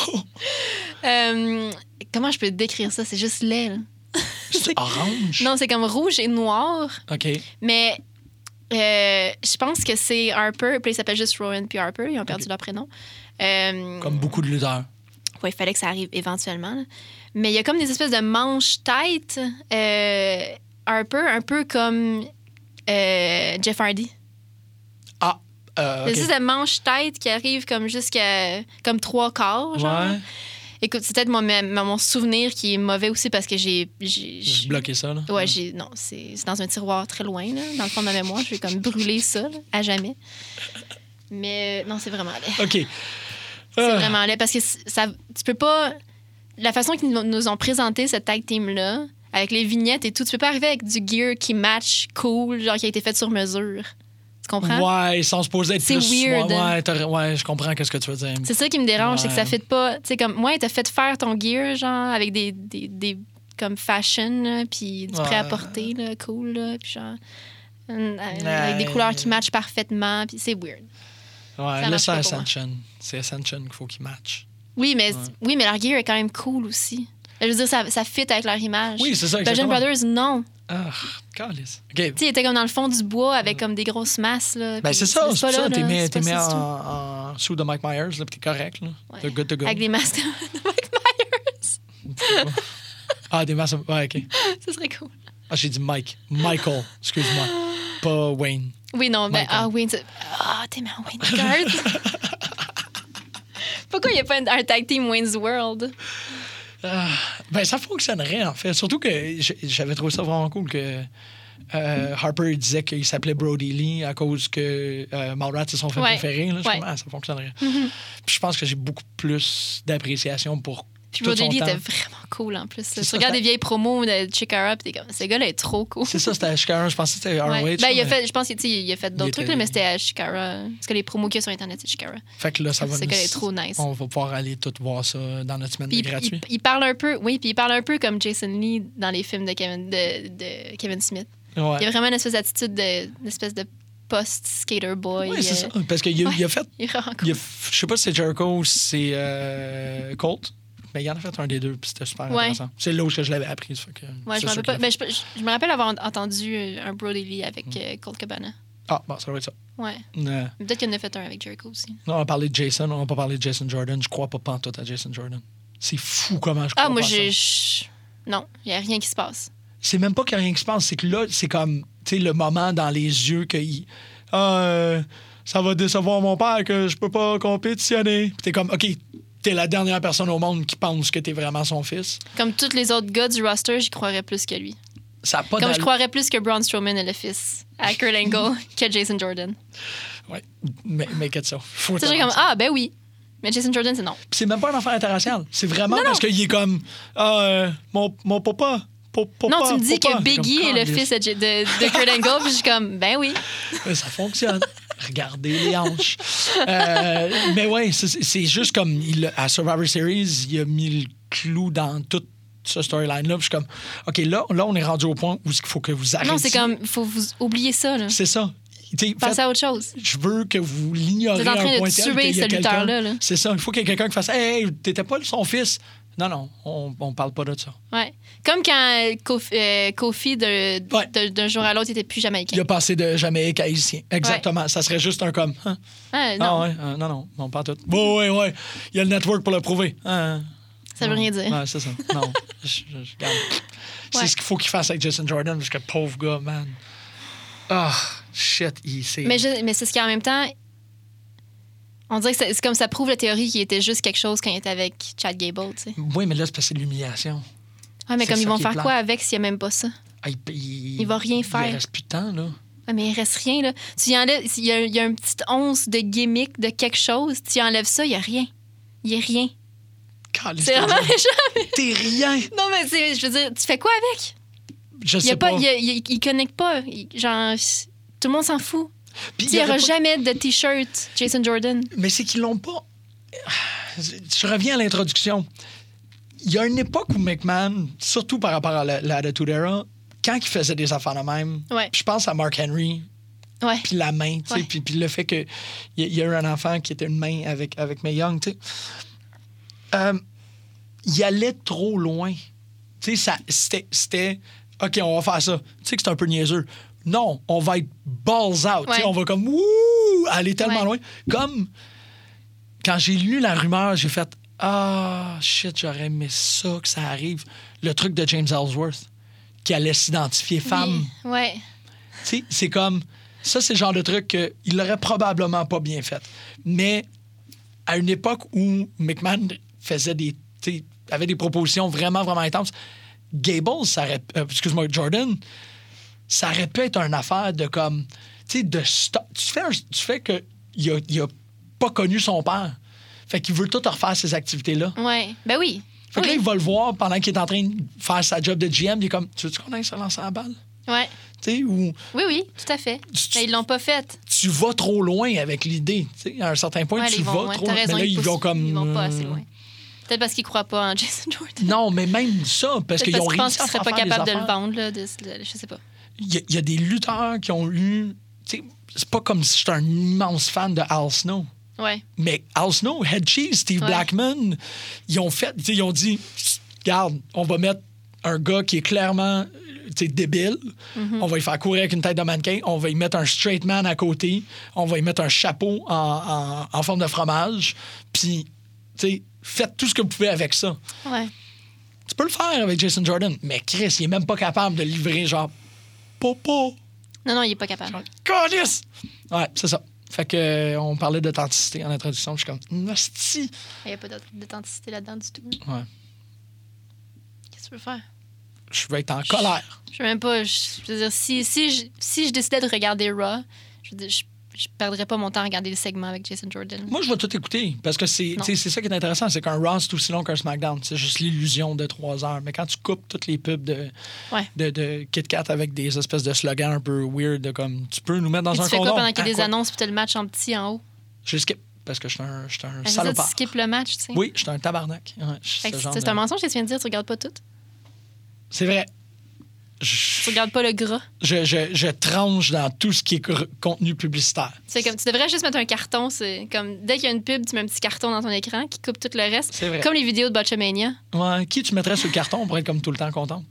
[SPEAKER 5] Euh, comment je peux décrire ça? C'est juste laid, là.
[SPEAKER 3] C'est orange?
[SPEAKER 5] Non, c'est comme rouge et noir.
[SPEAKER 3] OK.
[SPEAKER 5] Mais euh, je pense que c'est Harper, puis il s'appelle juste Rowan puis Harper, ils ont perdu
[SPEAKER 3] Ok.
[SPEAKER 5] leur prénom. Euh,
[SPEAKER 3] Comme beaucoup de lutteurs.
[SPEAKER 5] ouais, il fallait que ça arrive éventuellement. là. Mais il y a comme des espèces de manches-têtes euh, Harper, un peu comme euh, Jeff Hardy.
[SPEAKER 3] Ah, euh,
[SPEAKER 5] Des
[SPEAKER 3] OK.
[SPEAKER 5] espèces de manches-têtes qui arrivent comme jusqu'à comme trois quarts, genre.
[SPEAKER 3] Ouais,
[SPEAKER 5] Écoute, c'est peut-être mon, mon, mon souvenir qui est mauvais aussi parce que j'ai... j'ai,
[SPEAKER 3] j'ai
[SPEAKER 5] j'ai-
[SPEAKER 3] bloqué ça, là.
[SPEAKER 5] Ouais, j'ai. Non, c'est c'est dans un tiroir très loin, là, dans le fond de ma mémoire. Je vais comme brûler ça, là, à jamais. Mais euh, non, c'est vraiment laid.
[SPEAKER 3] OK.
[SPEAKER 5] C'est
[SPEAKER 3] Ah.
[SPEAKER 5] vraiment laid parce que c- ça, tu peux pas. La façon qu'ils nous- nous ont présenté cette tag team-là, avec les vignettes et tout, tu peux pas arriver avec du gear qui match cool, genre qui a été fait sur mesure. Tu comprends?
[SPEAKER 3] Ouais, ils sont supposés être
[SPEAKER 5] C'est
[SPEAKER 3] plus...
[SPEAKER 5] weird.
[SPEAKER 3] Ouais, ouais, t'as- ouais, je comprends qu'est-ce que tu veux dire.
[SPEAKER 5] C'est ça qui me dérange, c'est que ça
[SPEAKER 3] Ouais.
[SPEAKER 5] fit pas. Tu sais, comme, moi, t'as fait faire ton gear, genre, avec des, des, des comme fashion, là, puis du
[SPEAKER 3] Ouais.
[SPEAKER 5] prêt à porter, là, cool, là, puis genre, euh, avec
[SPEAKER 3] Ouais.
[SPEAKER 5] des couleurs qui matchent parfaitement, puis c'est weird.
[SPEAKER 3] Ouais,
[SPEAKER 5] ça
[SPEAKER 3] là, c'est
[SPEAKER 5] marche pas pour moi.
[SPEAKER 3] Ascension. C'est Ascension qu'il faut qu'ils matchent.
[SPEAKER 5] Oui, mais, oui, mais leur gear est quand même cool aussi. Je veux dire, ça, ça fit avec leur image.
[SPEAKER 3] Oui, c'est ça,
[SPEAKER 5] Belgian
[SPEAKER 3] exactement.
[SPEAKER 5] Brothers, non.
[SPEAKER 3] Ah, calice. OK.
[SPEAKER 5] Tu sais, ils étaient comme dans le fond du bois avec comme des grosses masses. Là,
[SPEAKER 3] Ben,
[SPEAKER 5] puis
[SPEAKER 3] c'est ça, c'est
[SPEAKER 5] pas
[SPEAKER 3] pour ça.
[SPEAKER 5] là,
[SPEAKER 3] T'es
[SPEAKER 5] là,
[SPEAKER 3] mis,
[SPEAKER 5] c'est
[SPEAKER 3] t'es
[SPEAKER 5] pas
[SPEAKER 3] mis
[SPEAKER 5] ça du tout.
[SPEAKER 3] en, en sous de Mike Myers, là, puis t'es correct, là.
[SPEAKER 5] Ouais.
[SPEAKER 3] T'es good to go.
[SPEAKER 5] Avec des masques de Mike Myers.
[SPEAKER 3] Ah, des masses. Ouais, OK.
[SPEAKER 5] Ça serait cool.
[SPEAKER 3] Ah, j'ai dit Mike. Michael, excuse-moi. Pas Wayne.
[SPEAKER 5] Oui, non, ben,
[SPEAKER 3] Michael.
[SPEAKER 5] ah, Wayne, c'est- ah, t'es en Wayne Guard. Pourquoi il n'y a pas un, un tag team Wayne's World?
[SPEAKER 3] Ah, ben, ça fonctionnerait, en fait. Surtout que j- j'avais trouvé ça vraiment cool que euh, Harper disait qu'il s'appelait Brody Lee à cause que euh, Mallrats, c'est son film
[SPEAKER 5] Ouais.
[SPEAKER 3] préféré. Là. Je
[SPEAKER 5] Ouais.
[SPEAKER 3] suis comme, ah, ça fonctionnerait. Puis je pense que j'ai beaucoup plus d'appréciation pour
[SPEAKER 5] Puis
[SPEAKER 3] tout
[SPEAKER 5] Brody
[SPEAKER 3] son
[SPEAKER 5] Lee
[SPEAKER 3] temps.
[SPEAKER 5] était vraiment cool en plus.
[SPEAKER 3] C'est
[SPEAKER 5] Tu
[SPEAKER 3] ça,
[SPEAKER 5] regardes
[SPEAKER 3] ça-
[SPEAKER 5] des vieilles promos de Chikara, puis t'es comme, ce gars-là est trop cool.
[SPEAKER 3] C'est ça, c'était à Chicago. Je pensais que c'était R O H.
[SPEAKER 5] Ouais. Ben, il a
[SPEAKER 3] mais-
[SPEAKER 5] fait, je pense qu'il tu sais, il a fait d'autres
[SPEAKER 3] Il
[SPEAKER 5] trucs,
[SPEAKER 3] était-
[SPEAKER 5] là, mais c'était à Chikara. Parce que les promos qu'il y a sur Internet, c'est Chikara.
[SPEAKER 3] Fait que là, ça va
[SPEAKER 5] Ce
[SPEAKER 3] nous...
[SPEAKER 5] gars est trop nice.
[SPEAKER 3] On va pouvoir aller tout voir ça dans notre semaine
[SPEAKER 5] Puis
[SPEAKER 3] de
[SPEAKER 5] il,
[SPEAKER 3] gratuit.
[SPEAKER 5] il- il parle un peu, oui, puis il parle un peu comme Jason Lee dans les films de Kevin, de, de Kevin Smith.
[SPEAKER 3] Ouais.
[SPEAKER 5] Il y a vraiment une espèce d'attitude de, une espèce de post-skater boy.
[SPEAKER 3] Oui, c'est
[SPEAKER 5] euh,
[SPEAKER 3] ça. Parce qu'il a, il a fait...
[SPEAKER 5] Il est vraiment
[SPEAKER 3] il
[SPEAKER 5] cool.
[SPEAKER 3] a f- je sais pas si c'est Jericho ou si c'est euh, Colt, mais il en a fait un des deux, puis c'était super
[SPEAKER 5] Ouais.
[SPEAKER 3] intéressant. C'est là où je l'avais appris. Ça fait que
[SPEAKER 5] Ouais,
[SPEAKER 3] c'est
[SPEAKER 5] je, me
[SPEAKER 3] sûr
[SPEAKER 5] rappelle pas,
[SPEAKER 3] qu'il l'a
[SPEAKER 5] ben, je, je me rappelle avoir entendu euh, un Brody Lee avec euh, Colt Cabana.
[SPEAKER 3] fait. Ah, bon, ça doit être ça.
[SPEAKER 5] Ouais.
[SPEAKER 3] Euh,
[SPEAKER 5] Peut-être qu'il en a fait un avec Jericho aussi.
[SPEAKER 3] non, on a parlé de Jason, on n'a pas parlé de Jason Jordan. Je crois pas pantoute à Jason Jordan. C'est fou comment je crois
[SPEAKER 5] Ah, moi,
[SPEAKER 3] pas à ça.
[SPEAKER 5] j'ai. je- Non, il n'y a rien qui se passe.
[SPEAKER 3] C'est même pas qu'il y a rien qui se passe, c'est que là, c'est comme, tu sais, le moment dans les yeux que il- ah, euh, ça va décevoir mon père que je peux pas compétitionner. Puis t'es comme, OK, t'es la dernière personne au monde qui pense que t'es vraiment son fils.
[SPEAKER 5] Comme tous les autres gars du roster, j'y croirais plus que lui.
[SPEAKER 3] Ça a pas
[SPEAKER 5] Comme je
[SPEAKER 3] d'all-
[SPEAKER 5] croirais plus que Braun Strowman est le fils à Kurt Angle que Jason Jordan.
[SPEAKER 3] Ouais, mais, mais que ça. Faut
[SPEAKER 5] Tu sais, j'ai
[SPEAKER 3] t'attendre
[SPEAKER 5] comme,
[SPEAKER 3] ça.
[SPEAKER 5] ah, ben oui. Mais Jason Jordan, c'est non.
[SPEAKER 3] Puis c'est même pas un enfant interracial. C'est vraiment parce qu'il est comme, ah, euh, mon, mon papa. po- papa,
[SPEAKER 5] non, tu me dis
[SPEAKER 3] papa.
[SPEAKER 5] que Biggie
[SPEAKER 3] Comme,
[SPEAKER 5] est le
[SPEAKER 3] calisse.
[SPEAKER 5] fils de, J- de, de Kurt Angle, puis je suis comme, ben oui.
[SPEAKER 3] Mais ça fonctionne. Regardez les hanches. Euh, mais ouais, c'est c'est juste comme il, à Survivor Series, il a mis le clou dans toute ce storyline-là. Puis je suis comme, OK, là, là, on est rendu au point où il faut que vous arrêtiez.
[SPEAKER 5] Non, c'est comme, il faut vous oublier ça, là.
[SPEAKER 3] C'est ça. Tu sais,
[SPEAKER 5] Passez
[SPEAKER 3] faites-
[SPEAKER 5] à autre chose.
[SPEAKER 3] je veux que vous l'ignorez
[SPEAKER 5] Vous êtes en train
[SPEAKER 3] à un
[SPEAKER 5] de
[SPEAKER 3] point tel
[SPEAKER 5] tuer
[SPEAKER 3] qu'il y a
[SPEAKER 5] ce
[SPEAKER 3] quelqu'un-
[SPEAKER 5] lutteur-là, là.
[SPEAKER 3] C'est ça. Il faut qu'il y ait quelqu'un qui fasse, hey, hey, t'étais pas son fils. Non, non, on, on parle pas de ça.
[SPEAKER 5] Ouais. Comme quand Kofi, euh, Kofi de-
[SPEAKER 3] Ouais.
[SPEAKER 5] de- d'un jour à l'autre, il était plus jamaïcain.
[SPEAKER 3] Il a passé de Jamaïque à haïtien. Exactement. Ça serait juste un comme. Hein?
[SPEAKER 5] Ah, non,
[SPEAKER 3] Ah ouais, euh, non, non, non, pas tout. Bon, ouais, ouais. Il y a le network pour le prouver. Ah,
[SPEAKER 5] ça veut
[SPEAKER 3] non.
[SPEAKER 5] rien dire.
[SPEAKER 3] Ouais, c'est ça. Non. je, je- je- regarde. C'est
[SPEAKER 5] Ouais.
[SPEAKER 3] ce qu'il faut qu'il fasse avec Jason Jordan, parce que pauvre gars, man. Ah, shit. Il, c'est...
[SPEAKER 5] Mais, je- mais c'est ce qu'en même temps, on dirait que c'est c'est comme ça prouve la théorie qu'il était juste quelque chose quand il était avec Chad Gable, tu sais.
[SPEAKER 3] Oui, mais là, c'est parce que c'est de l'humiliation.
[SPEAKER 5] Ouais, mais
[SPEAKER 3] C'est
[SPEAKER 5] comme ils
[SPEAKER 3] ça
[SPEAKER 5] vont
[SPEAKER 3] qui est
[SPEAKER 5] faire
[SPEAKER 3] plate.
[SPEAKER 5] quoi avec s'il n'y a même pas ça?
[SPEAKER 3] Ah, il, il,
[SPEAKER 5] Il va rien faire.
[SPEAKER 3] Il reste plus de temps, là.
[SPEAKER 5] Ouais, mais il reste rien, là. Tu y enlèves, il y a, il y a une petite once de gimmick de quelque chose, tu y enlèves ça, il n'y a rien. Il n'y a rien.
[SPEAKER 3] Caliste,
[SPEAKER 5] C'est vraiment
[SPEAKER 3] t'es-
[SPEAKER 5] méchant.
[SPEAKER 3] T'es rien.
[SPEAKER 5] Non, mais c'est- je veux dire, tu fais quoi avec?
[SPEAKER 3] Je
[SPEAKER 5] Il y
[SPEAKER 3] sais
[SPEAKER 5] a pas,
[SPEAKER 3] pas.
[SPEAKER 5] il, y a- il, il connecte pas. Il- genre, tout le monde s'en fout.
[SPEAKER 3] Puis
[SPEAKER 5] Il n'y aura
[SPEAKER 3] aurait pas-
[SPEAKER 5] jamais de t-shirt Jason Jordan.
[SPEAKER 3] Mais c'est qu'ils l'ont pas. Je reviens à l'introduction. Il y a une époque où McMahon, surtout par rapport à la, la Attitude Era, quand il faisait des affaires de même,
[SPEAKER 5] Ouais.
[SPEAKER 3] je pense à Mark Henry,
[SPEAKER 5] Ouais.
[SPEAKER 3] puis la main, tu sais,
[SPEAKER 5] Ouais.
[SPEAKER 3] puis, puis le fait qu'il y, a- il y a eu un enfant qui était une main avec, avec Mae Young, tu sais. Euh, il allait trop loin. Tu sais, ça- c'était, c'était OK, on va faire ça. Tu sais que c'est un peu niaiseux. Non, on va être balls out. Tu sais,
[SPEAKER 5] Ouais.
[SPEAKER 3] on va comme wouh, aller tellement
[SPEAKER 5] Ouais.
[SPEAKER 3] loin. Comme quand j'ai lu la rumeur, j'ai fait ah shit, j'aurais aimé ça que ça arrive. Le truc de James Ellsworth qui allait s'identifier femme.
[SPEAKER 5] Oui. Ouais.
[SPEAKER 3] Tu sais, c'est comme ça, c'est le genre de truc qu'il l'aurait probablement pas bien fait. Mais à une époque où McMahon faisait des, tu sais, avait des propositions vraiment, vraiment intenses, Gable, ça aurait, euh, excuse-moi, Jordan, ça aurait pu être une affaire de comme, tu sais, de stop. Tu fais, un- tu fais que il a, il a pas connu son père. Fait qu'il veut tout refaire ces activités-là.
[SPEAKER 5] Ouais. Ben oui.
[SPEAKER 3] Fait que
[SPEAKER 5] oui.
[SPEAKER 3] là, il va le voir pendant qu'il est en train de faire sa job de G M. Il est comme, tu veux qu'on aille se lancer la balle?
[SPEAKER 5] Ouais.
[SPEAKER 3] Tu tu sais, ou
[SPEAKER 5] Oui, oui, tout à fait.
[SPEAKER 3] Tu-
[SPEAKER 5] Mais ils l'ont pas fait.
[SPEAKER 3] tu vas trop loin avec l'idée. Tu sais, à un certain point,
[SPEAKER 5] Ouais,
[SPEAKER 3] tu
[SPEAKER 5] ils vont,
[SPEAKER 3] vas
[SPEAKER 5] ouais,
[SPEAKER 3] trop
[SPEAKER 5] t'as
[SPEAKER 3] loin.
[SPEAKER 5] raison,
[SPEAKER 3] Mais là, ils
[SPEAKER 5] poussent-
[SPEAKER 3] vont comme.
[SPEAKER 5] Ils vont pas assez loin. Peut-être parce qu'ils croient pas en Jason Jordan.
[SPEAKER 3] Non, mais même ça, parce
[SPEAKER 5] Peut-être
[SPEAKER 3] qu'ils ont
[SPEAKER 5] parce qu'ils
[SPEAKER 3] réussi
[SPEAKER 5] pensent
[SPEAKER 3] à
[SPEAKER 5] qu'ils seraient
[SPEAKER 3] faire
[SPEAKER 5] pas
[SPEAKER 3] faire des
[SPEAKER 5] capables de le
[SPEAKER 3] affaires.
[SPEAKER 5] vendre, là, de, de- je sais pas.
[SPEAKER 3] Il y, a- il y a des lutteurs qui ont eu. Tu sais, c'est pas comme si j'étais un immense fan de Al Snow.
[SPEAKER 5] Ouais.
[SPEAKER 3] Mais Al Snow, Head Cheese, Steve
[SPEAKER 5] Ouais.
[SPEAKER 3] Blackman, ils ont fait. Tu sais, ils ont dit, regarde, on va mettre un gars qui est clairement tu sais, débile.
[SPEAKER 5] Mm-hmm.
[SPEAKER 3] On va lui faire courir avec une tête de mannequin. On va y mettre un straight man à côté. On va y mettre un chapeau en, en- en forme de fromage. Puis, tu sais, faites tout ce que vous pouvez avec ça.
[SPEAKER 5] Ouais.
[SPEAKER 3] Tu peux le faire avec Jason Jordan, mais Chris, il est même pas capable de livrer genre Popo.
[SPEAKER 5] Non, non, il est pas capable.
[SPEAKER 3] Calice! Ouais, c'est ça. Fait que euh, on parlait d'authenticité en introduction. Je suis comme Nasty.
[SPEAKER 5] Il n'y a pas d'auth- d'authenticité là-dedans du tout.
[SPEAKER 3] Ouais.
[SPEAKER 5] Qu'est-ce que tu veux faire?
[SPEAKER 3] Je vais être en colère.
[SPEAKER 5] Je sais même pas. Je, je veux dire, si, si, je, si je décidais de regarder Raw, je veux dire, je, je perdrais pas mon temps à regarder le segment avec Jason Jordan.
[SPEAKER 3] Moi, je vais tout écouter parce que c'est
[SPEAKER 5] Non.
[SPEAKER 3] tu sais, c'est ça qui est intéressant. C'est qu'un Raw, c'est aussi long qu'un SmackDown. C'est juste l'illusion de trois heures. Mais quand tu coupes toutes les pubs de,
[SPEAKER 5] Ouais.
[SPEAKER 3] de, de Kit Kat avec des espèces de slogans un peu weird, de comme tu peux nous mettre dans
[SPEAKER 5] Puis
[SPEAKER 3] un
[SPEAKER 5] tu fais
[SPEAKER 3] condom.
[SPEAKER 5] quoi pendant qu'il y a
[SPEAKER 3] Hein,
[SPEAKER 5] des
[SPEAKER 3] quoi?
[SPEAKER 5] annonces puis t'as le match en petit en haut?
[SPEAKER 3] Je skip parce que je suis un, je suis un
[SPEAKER 5] Ben, c'est ça, tu
[SPEAKER 3] salopard.
[SPEAKER 5] skippes le match, tu sais.
[SPEAKER 3] Oui, je suis un tabarnak. Ouais, je suis
[SPEAKER 5] Fait que
[SPEAKER 3] ce
[SPEAKER 5] c'est
[SPEAKER 3] genre
[SPEAKER 5] c'est
[SPEAKER 3] de-
[SPEAKER 5] un mensonge que tu viens de dire, tu regardes pas tout.
[SPEAKER 3] C'est vrai.
[SPEAKER 5] Tu
[SPEAKER 3] Je,
[SPEAKER 5] regardes pas le gras.
[SPEAKER 3] je, je, je tranche dans tout ce qui est cr- contenu publicitaire.
[SPEAKER 5] C'est comme, tu devrais juste mettre un carton. C'est comme, dès qu'il y a une pub, tu mets un petit carton dans ton écran qui coupe tout le reste.
[SPEAKER 3] C'est vrai.
[SPEAKER 5] Comme les vidéos de Botchamania.
[SPEAKER 3] Ouais, qui tu mettrais sur le carton pour être comme tout le temps content?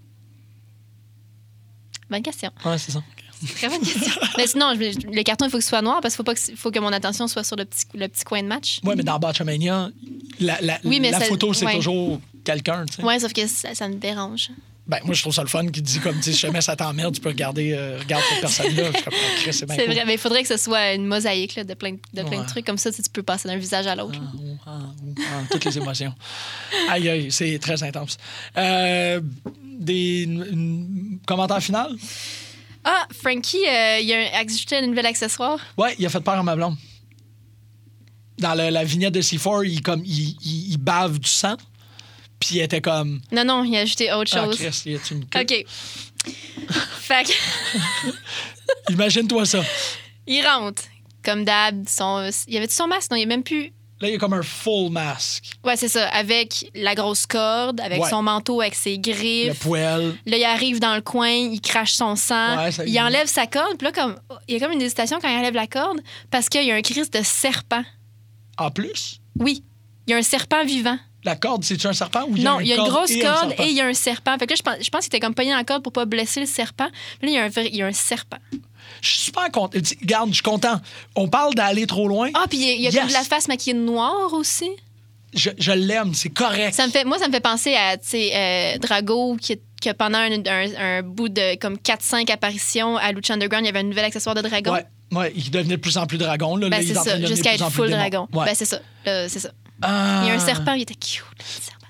[SPEAKER 5] Bonne question.
[SPEAKER 3] Ouais, c'est ça.
[SPEAKER 5] Très bonne question. Mais sinon, je- le carton, il faut qu'il soit noir parce qu'il faut, pas que, faut que mon attention soit sur le petit, le petit coin de match.
[SPEAKER 3] Ouais, mais dans Botchamania, la, la,
[SPEAKER 5] Oui, mais
[SPEAKER 3] la
[SPEAKER 5] ça-
[SPEAKER 3] photo, c'est
[SPEAKER 5] ouais.
[SPEAKER 3] toujours quelqu'un, tu sais.
[SPEAKER 5] Ouais, sauf que ça, ça me dérange.
[SPEAKER 3] Ben, moi, je trouve ça le fun qui dit comme, tu sais, si jamais ça t'emmerde, tu peux regarder, euh, regarde cette personne-là. Je suis comme, oh, Chris, c'est bien
[SPEAKER 5] C'est
[SPEAKER 3] cool.
[SPEAKER 5] vrai, mais il faudrait que ce soit une mosaïque là, de plein, de, de plein
[SPEAKER 3] Ouais.
[SPEAKER 5] de trucs. Comme ça, tu sais, tu peux passer d'un visage à l'autre.
[SPEAKER 3] Ah, ouh, ah, ouh, ah, toutes les émotions. Aïe, aïe, c'est très intense. Euh, des une- une- commentaires final?
[SPEAKER 5] Ah, Frankie, euh, il a un- ajouté un nouvel accessoire.
[SPEAKER 3] Ouais, il a fait peur à ma blonde. Dans le- la vignette de C quatre, il, comme, il, il, il bave du sang. Puis il était comme.
[SPEAKER 5] Non, non, il a ajouté autre
[SPEAKER 3] Ah,
[SPEAKER 5] chose.
[SPEAKER 3] Chris, y a-tu une queue?
[SPEAKER 5] OK. Fait que,
[SPEAKER 3] Imagine-toi ça.
[SPEAKER 5] il rentre. Comme d'hab, son... il y avait-tu son masque? Non, il n'y a même plus.
[SPEAKER 3] Là, il y a comme un full masque.
[SPEAKER 5] Ouais, c'est ça. Avec la grosse corde, avec
[SPEAKER 3] Ouais.
[SPEAKER 5] son manteau, avec ses
[SPEAKER 3] Le
[SPEAKER 5] griffes.
[SPEAKER 3] poêle.
[SPEAKER 5] Là, il arrive dans le coin, il crache son sang.
[SPEAKER 3] Ouais, ça-
[SPEAKER 5] il enlève sa corde. Puis là, comme... il y a comme une hésitation quand il enlève la corde parce qu'il y a un crise de serpent.
[SPEAKER 3] En plus,
[SPEAKER 5] Oui, il y a un serpent vivant.
[SPEAKER 3] la corde, c'est-tu un serpent ou il y a
[SPEAKER 5] Non, il y a une
[SPEAKER 3] corde
[SPEAKER 5] grosse
[SPEAKER 3] et un
[SPEAKER 5] corde
[SPEAKER 3] serpent?
[SPEAKER 5] et il y a un serpent. Fait que là, je pense, je pense qu'il était comme pogné dans la corde pour pas blesser le serpent. Puis là, il y a un, vrai- il y a un serpent.
[SPEAKER 3] Je suis super content. Dis- Regarde, je suis content. On parle d'aller trop loin.
[SPEAKER 5] Ah, puis il y a, il y a
[SPEAKER 3] Yes.
[SPEAKER 5] comme de la face maquillée de noir aussi.
[SPEAKER 3] Je, je l'aime, c'est correct.
[SPEAKER 5] Ça me fait, moi, ça me fait penser à, tu sais, euh, Drago, qui, qui a pendant un, un- un bout de comme quatre cinq apparitions à Lucha Underground, il y avait un nouvel accessoire de dragon.
[SPEAKER 3] Ouais, ouais, il devenait de plus en plus dragon. Là,
[SPEAKER 5] Ben,
[SPEAKER 3] Là, il
[SPEAKER 5] c'est
[SPEAKER 3] est en train
[SPEAKER 5] ça,
[SPEAKER 3] de devenir
[SPEAKER 5] jusqu'à
[SPEAKER 3] de plus en
[SPEAKER 5] être
[SPEAKER 3] plus
[SPEAKER 5] full
[SPEAKER 3] démon.
[SPEAKER 5] dragon.
[SPEAKER 3] Ouais.
[SPEAKER 5] Ben, c'est ça. Là, c'est ça.
[SPEAKER 3] Ah.
[SPEAKER 5] Il y a un serpent, il était cute, le petit serpent.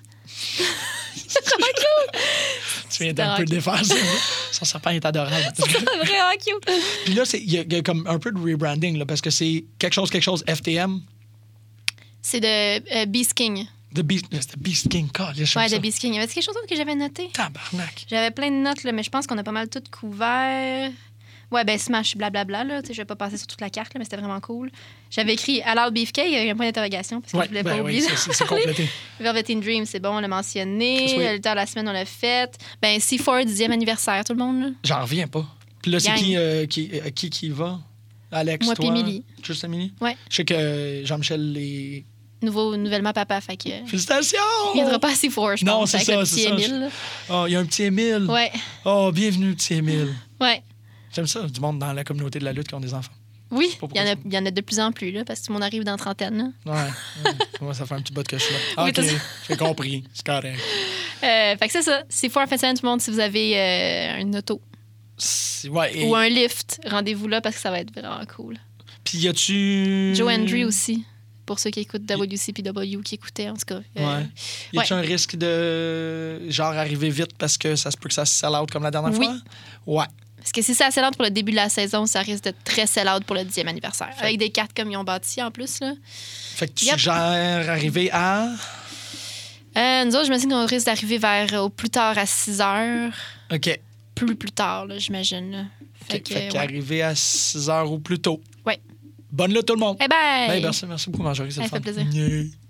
[SPEAKER 3] Tu viens d'un peu
[SPEAKER 5] C'était
[SPEAKER 3] défaire ça. Son serpent est adorable.
[SPEAKER 5] Vraiment cute.
[SPEAKER 3] Puis là, c'est- il y, a- il y a comme un peu de rebranding, là, parce que c'est quelque chose, quelque chose, F T M.
[SPEAKER 5] C'est de euh, Beast King.
[SPEAKER 3] The Beast, c'était Beast King. God, je
[SPEAKER 5] Ouais,
[SPEAKER 3] ça.
[SPEAKER 5] de Beast King. Y avait quelque chose d'autre que j'avais noté?
[SPEAKER 3] Tabarnak.
[SPEAKER 5] J'avais plein de notes, là, mais je pense qu'on a pas mal tout couvert. Ouais, ben Smash, blablabla, là. Tu sais, je vais pas passer sur toute la carte, là, mais c'était vraiment cool. J'avais écrit Alal Beefcake, il y a eu un point d'interrogation, parce que
[SPEAKER 3] Ouais,
[SPEAKER 5] je voulais
[SPEAKER 3] ben
[SPEAKER 5] pas
[SPEAKER 3] oui,
[SPEAKER 5] oublier.
[SPEAKER 3] c'est- c'est c'est complété.
[SPEAKER 5] Velveteen Dream, c'est bon, on l'a mentionné.
[SPEAKER 3] Chris, oui.
[SPEAKER 5] Le lutteur de la semaine, on l'a fait. Ben, C quatre, dixième anniversaire, tout le monde, là.
[SPEAKER 3] J'en reviens pas. Puis là, c'est
[SPEAKER 5] Gang.
[SPEAKER 3] qui, euh, qui, euh, qui qui y va? Alex,
[SPEAKER 5] Moi
[SPEAKER 3] toi?
[SPEAKER 5] puis Émilie.
[SPEAKER 3] Juste Émilie?
[SPEAKER 5] Ouais.
[SPEAKER 3] Je sais que Jean-Michel les...
[SPEAKER 5] Nouveau, nouvellement papa, fait que.
[SPEAKER 3] Félicitations!
[SPEAKER 5] Il viendra pas à C quatre, je
[SPEAKER 3] Non,
[SPEAKER 5] pense,
[SPEAKER 3] c'est
[SPEAKER 5] avec
[SPEAKER 3] ça,
[SPEAKER 5] le
[SPEAKER 3] c'est
[SPEAKER 5] petit
[SPEAKER 3] ça.
[SPEAKER 5] Émile. là.
[SPEAKER 3] Oh, il y a un petit Émile.
[SPEAKER 5] Ouais,
[SPEAKER 3] Oh, bienvenue, petit Émile.
[SPEAKER 5] ouais.
[SPEAKER 3] J'aime ça, du monde dans la communauté de la lutte qui ont des enfants.
[SPEAKER 5] Oui,
[SPEAKER 3] pas
[SPEAKER 5] il y, en a,
[SPEAKER 3] pourquoi
[SPEAKER 5] il y en a de plus en plus, là, parce que tout le monde arrive dans la trentaine. là.
[SPEAKER 3] Ouais. ouais. Moi, ça fait un petit bout que je suis là.
[SPEAKER 5] Oui,
[SPEAKER 3] OK,
[SPEAKER 5] t'as ça.
[SPEAKER 3] j'ai compris. C'est correct.
[SPEAKER 5] Euh, fait que c'est ça. C quatre en fin de semaine, tout le monde, si vous avez euh, une auto
[SPEAKER 3] C'est- Ouais, et...
[SPEAKER 5] ou un lift, rendez-vous là parce que ça va être vraiment cool.
[SPEAKER 3] Puis y a-tu...
[SPEAKER 5] Joe Hendry aussi, pour ceux qui écoutent W C P W, qui écoutaient, en tout cas. Euh,
[SPEAKER 3] Ouais. Y a-tu un risque de, genre, arriver vite parce que ça se peut que ça se sell out comme la dernière
[SPEAKER 5] Oui.
[SPEAKER 3] fois? Ouais.
[SPEAKER 5] Parce que si c'est sell out pour le début de la saison, ça risque d'être très sell out pour le dixième anniversaire. Avec des cartes comme ils ont bâti en plus. Là.
[SPEAKER 3] Fait que tu
[SPEAKER 5] Yep.
[SPEAKER 3] suggères arriver à...
[SPEAKER 5] Euh, nous autres, je me dis qu'on risque d'arriver vers euh, au plus tard à six heures.
[SPEAKER 3] OK.
[SPEAKER 5] plus plus tard, là, j'imagine. Là. Fait,
[SPEAKER 3] OK,
[SPEAKER 5] que,
[SPEAKER 3] fait
[SPEAKER 5] ouais.
[SPEAKER 3] qu'arriver à six heures ou plus tôt.
[SPEAKER 5] Ouais.
[SPEAKER 3] Bonne lutte, tout le monde.
[SPEAKER 5] Eh ben!
[SPEAKER 3] Ben, merci, merci beaucoup, Marjorie. C'est
[SPEAKER 5] Ça
[SPEAKER 3] le
[SPEAKER 5] fait
[SPEAKER 3] fun.
[SPEAKER 5] plaisir.
[SPEAKER 3] Yeah.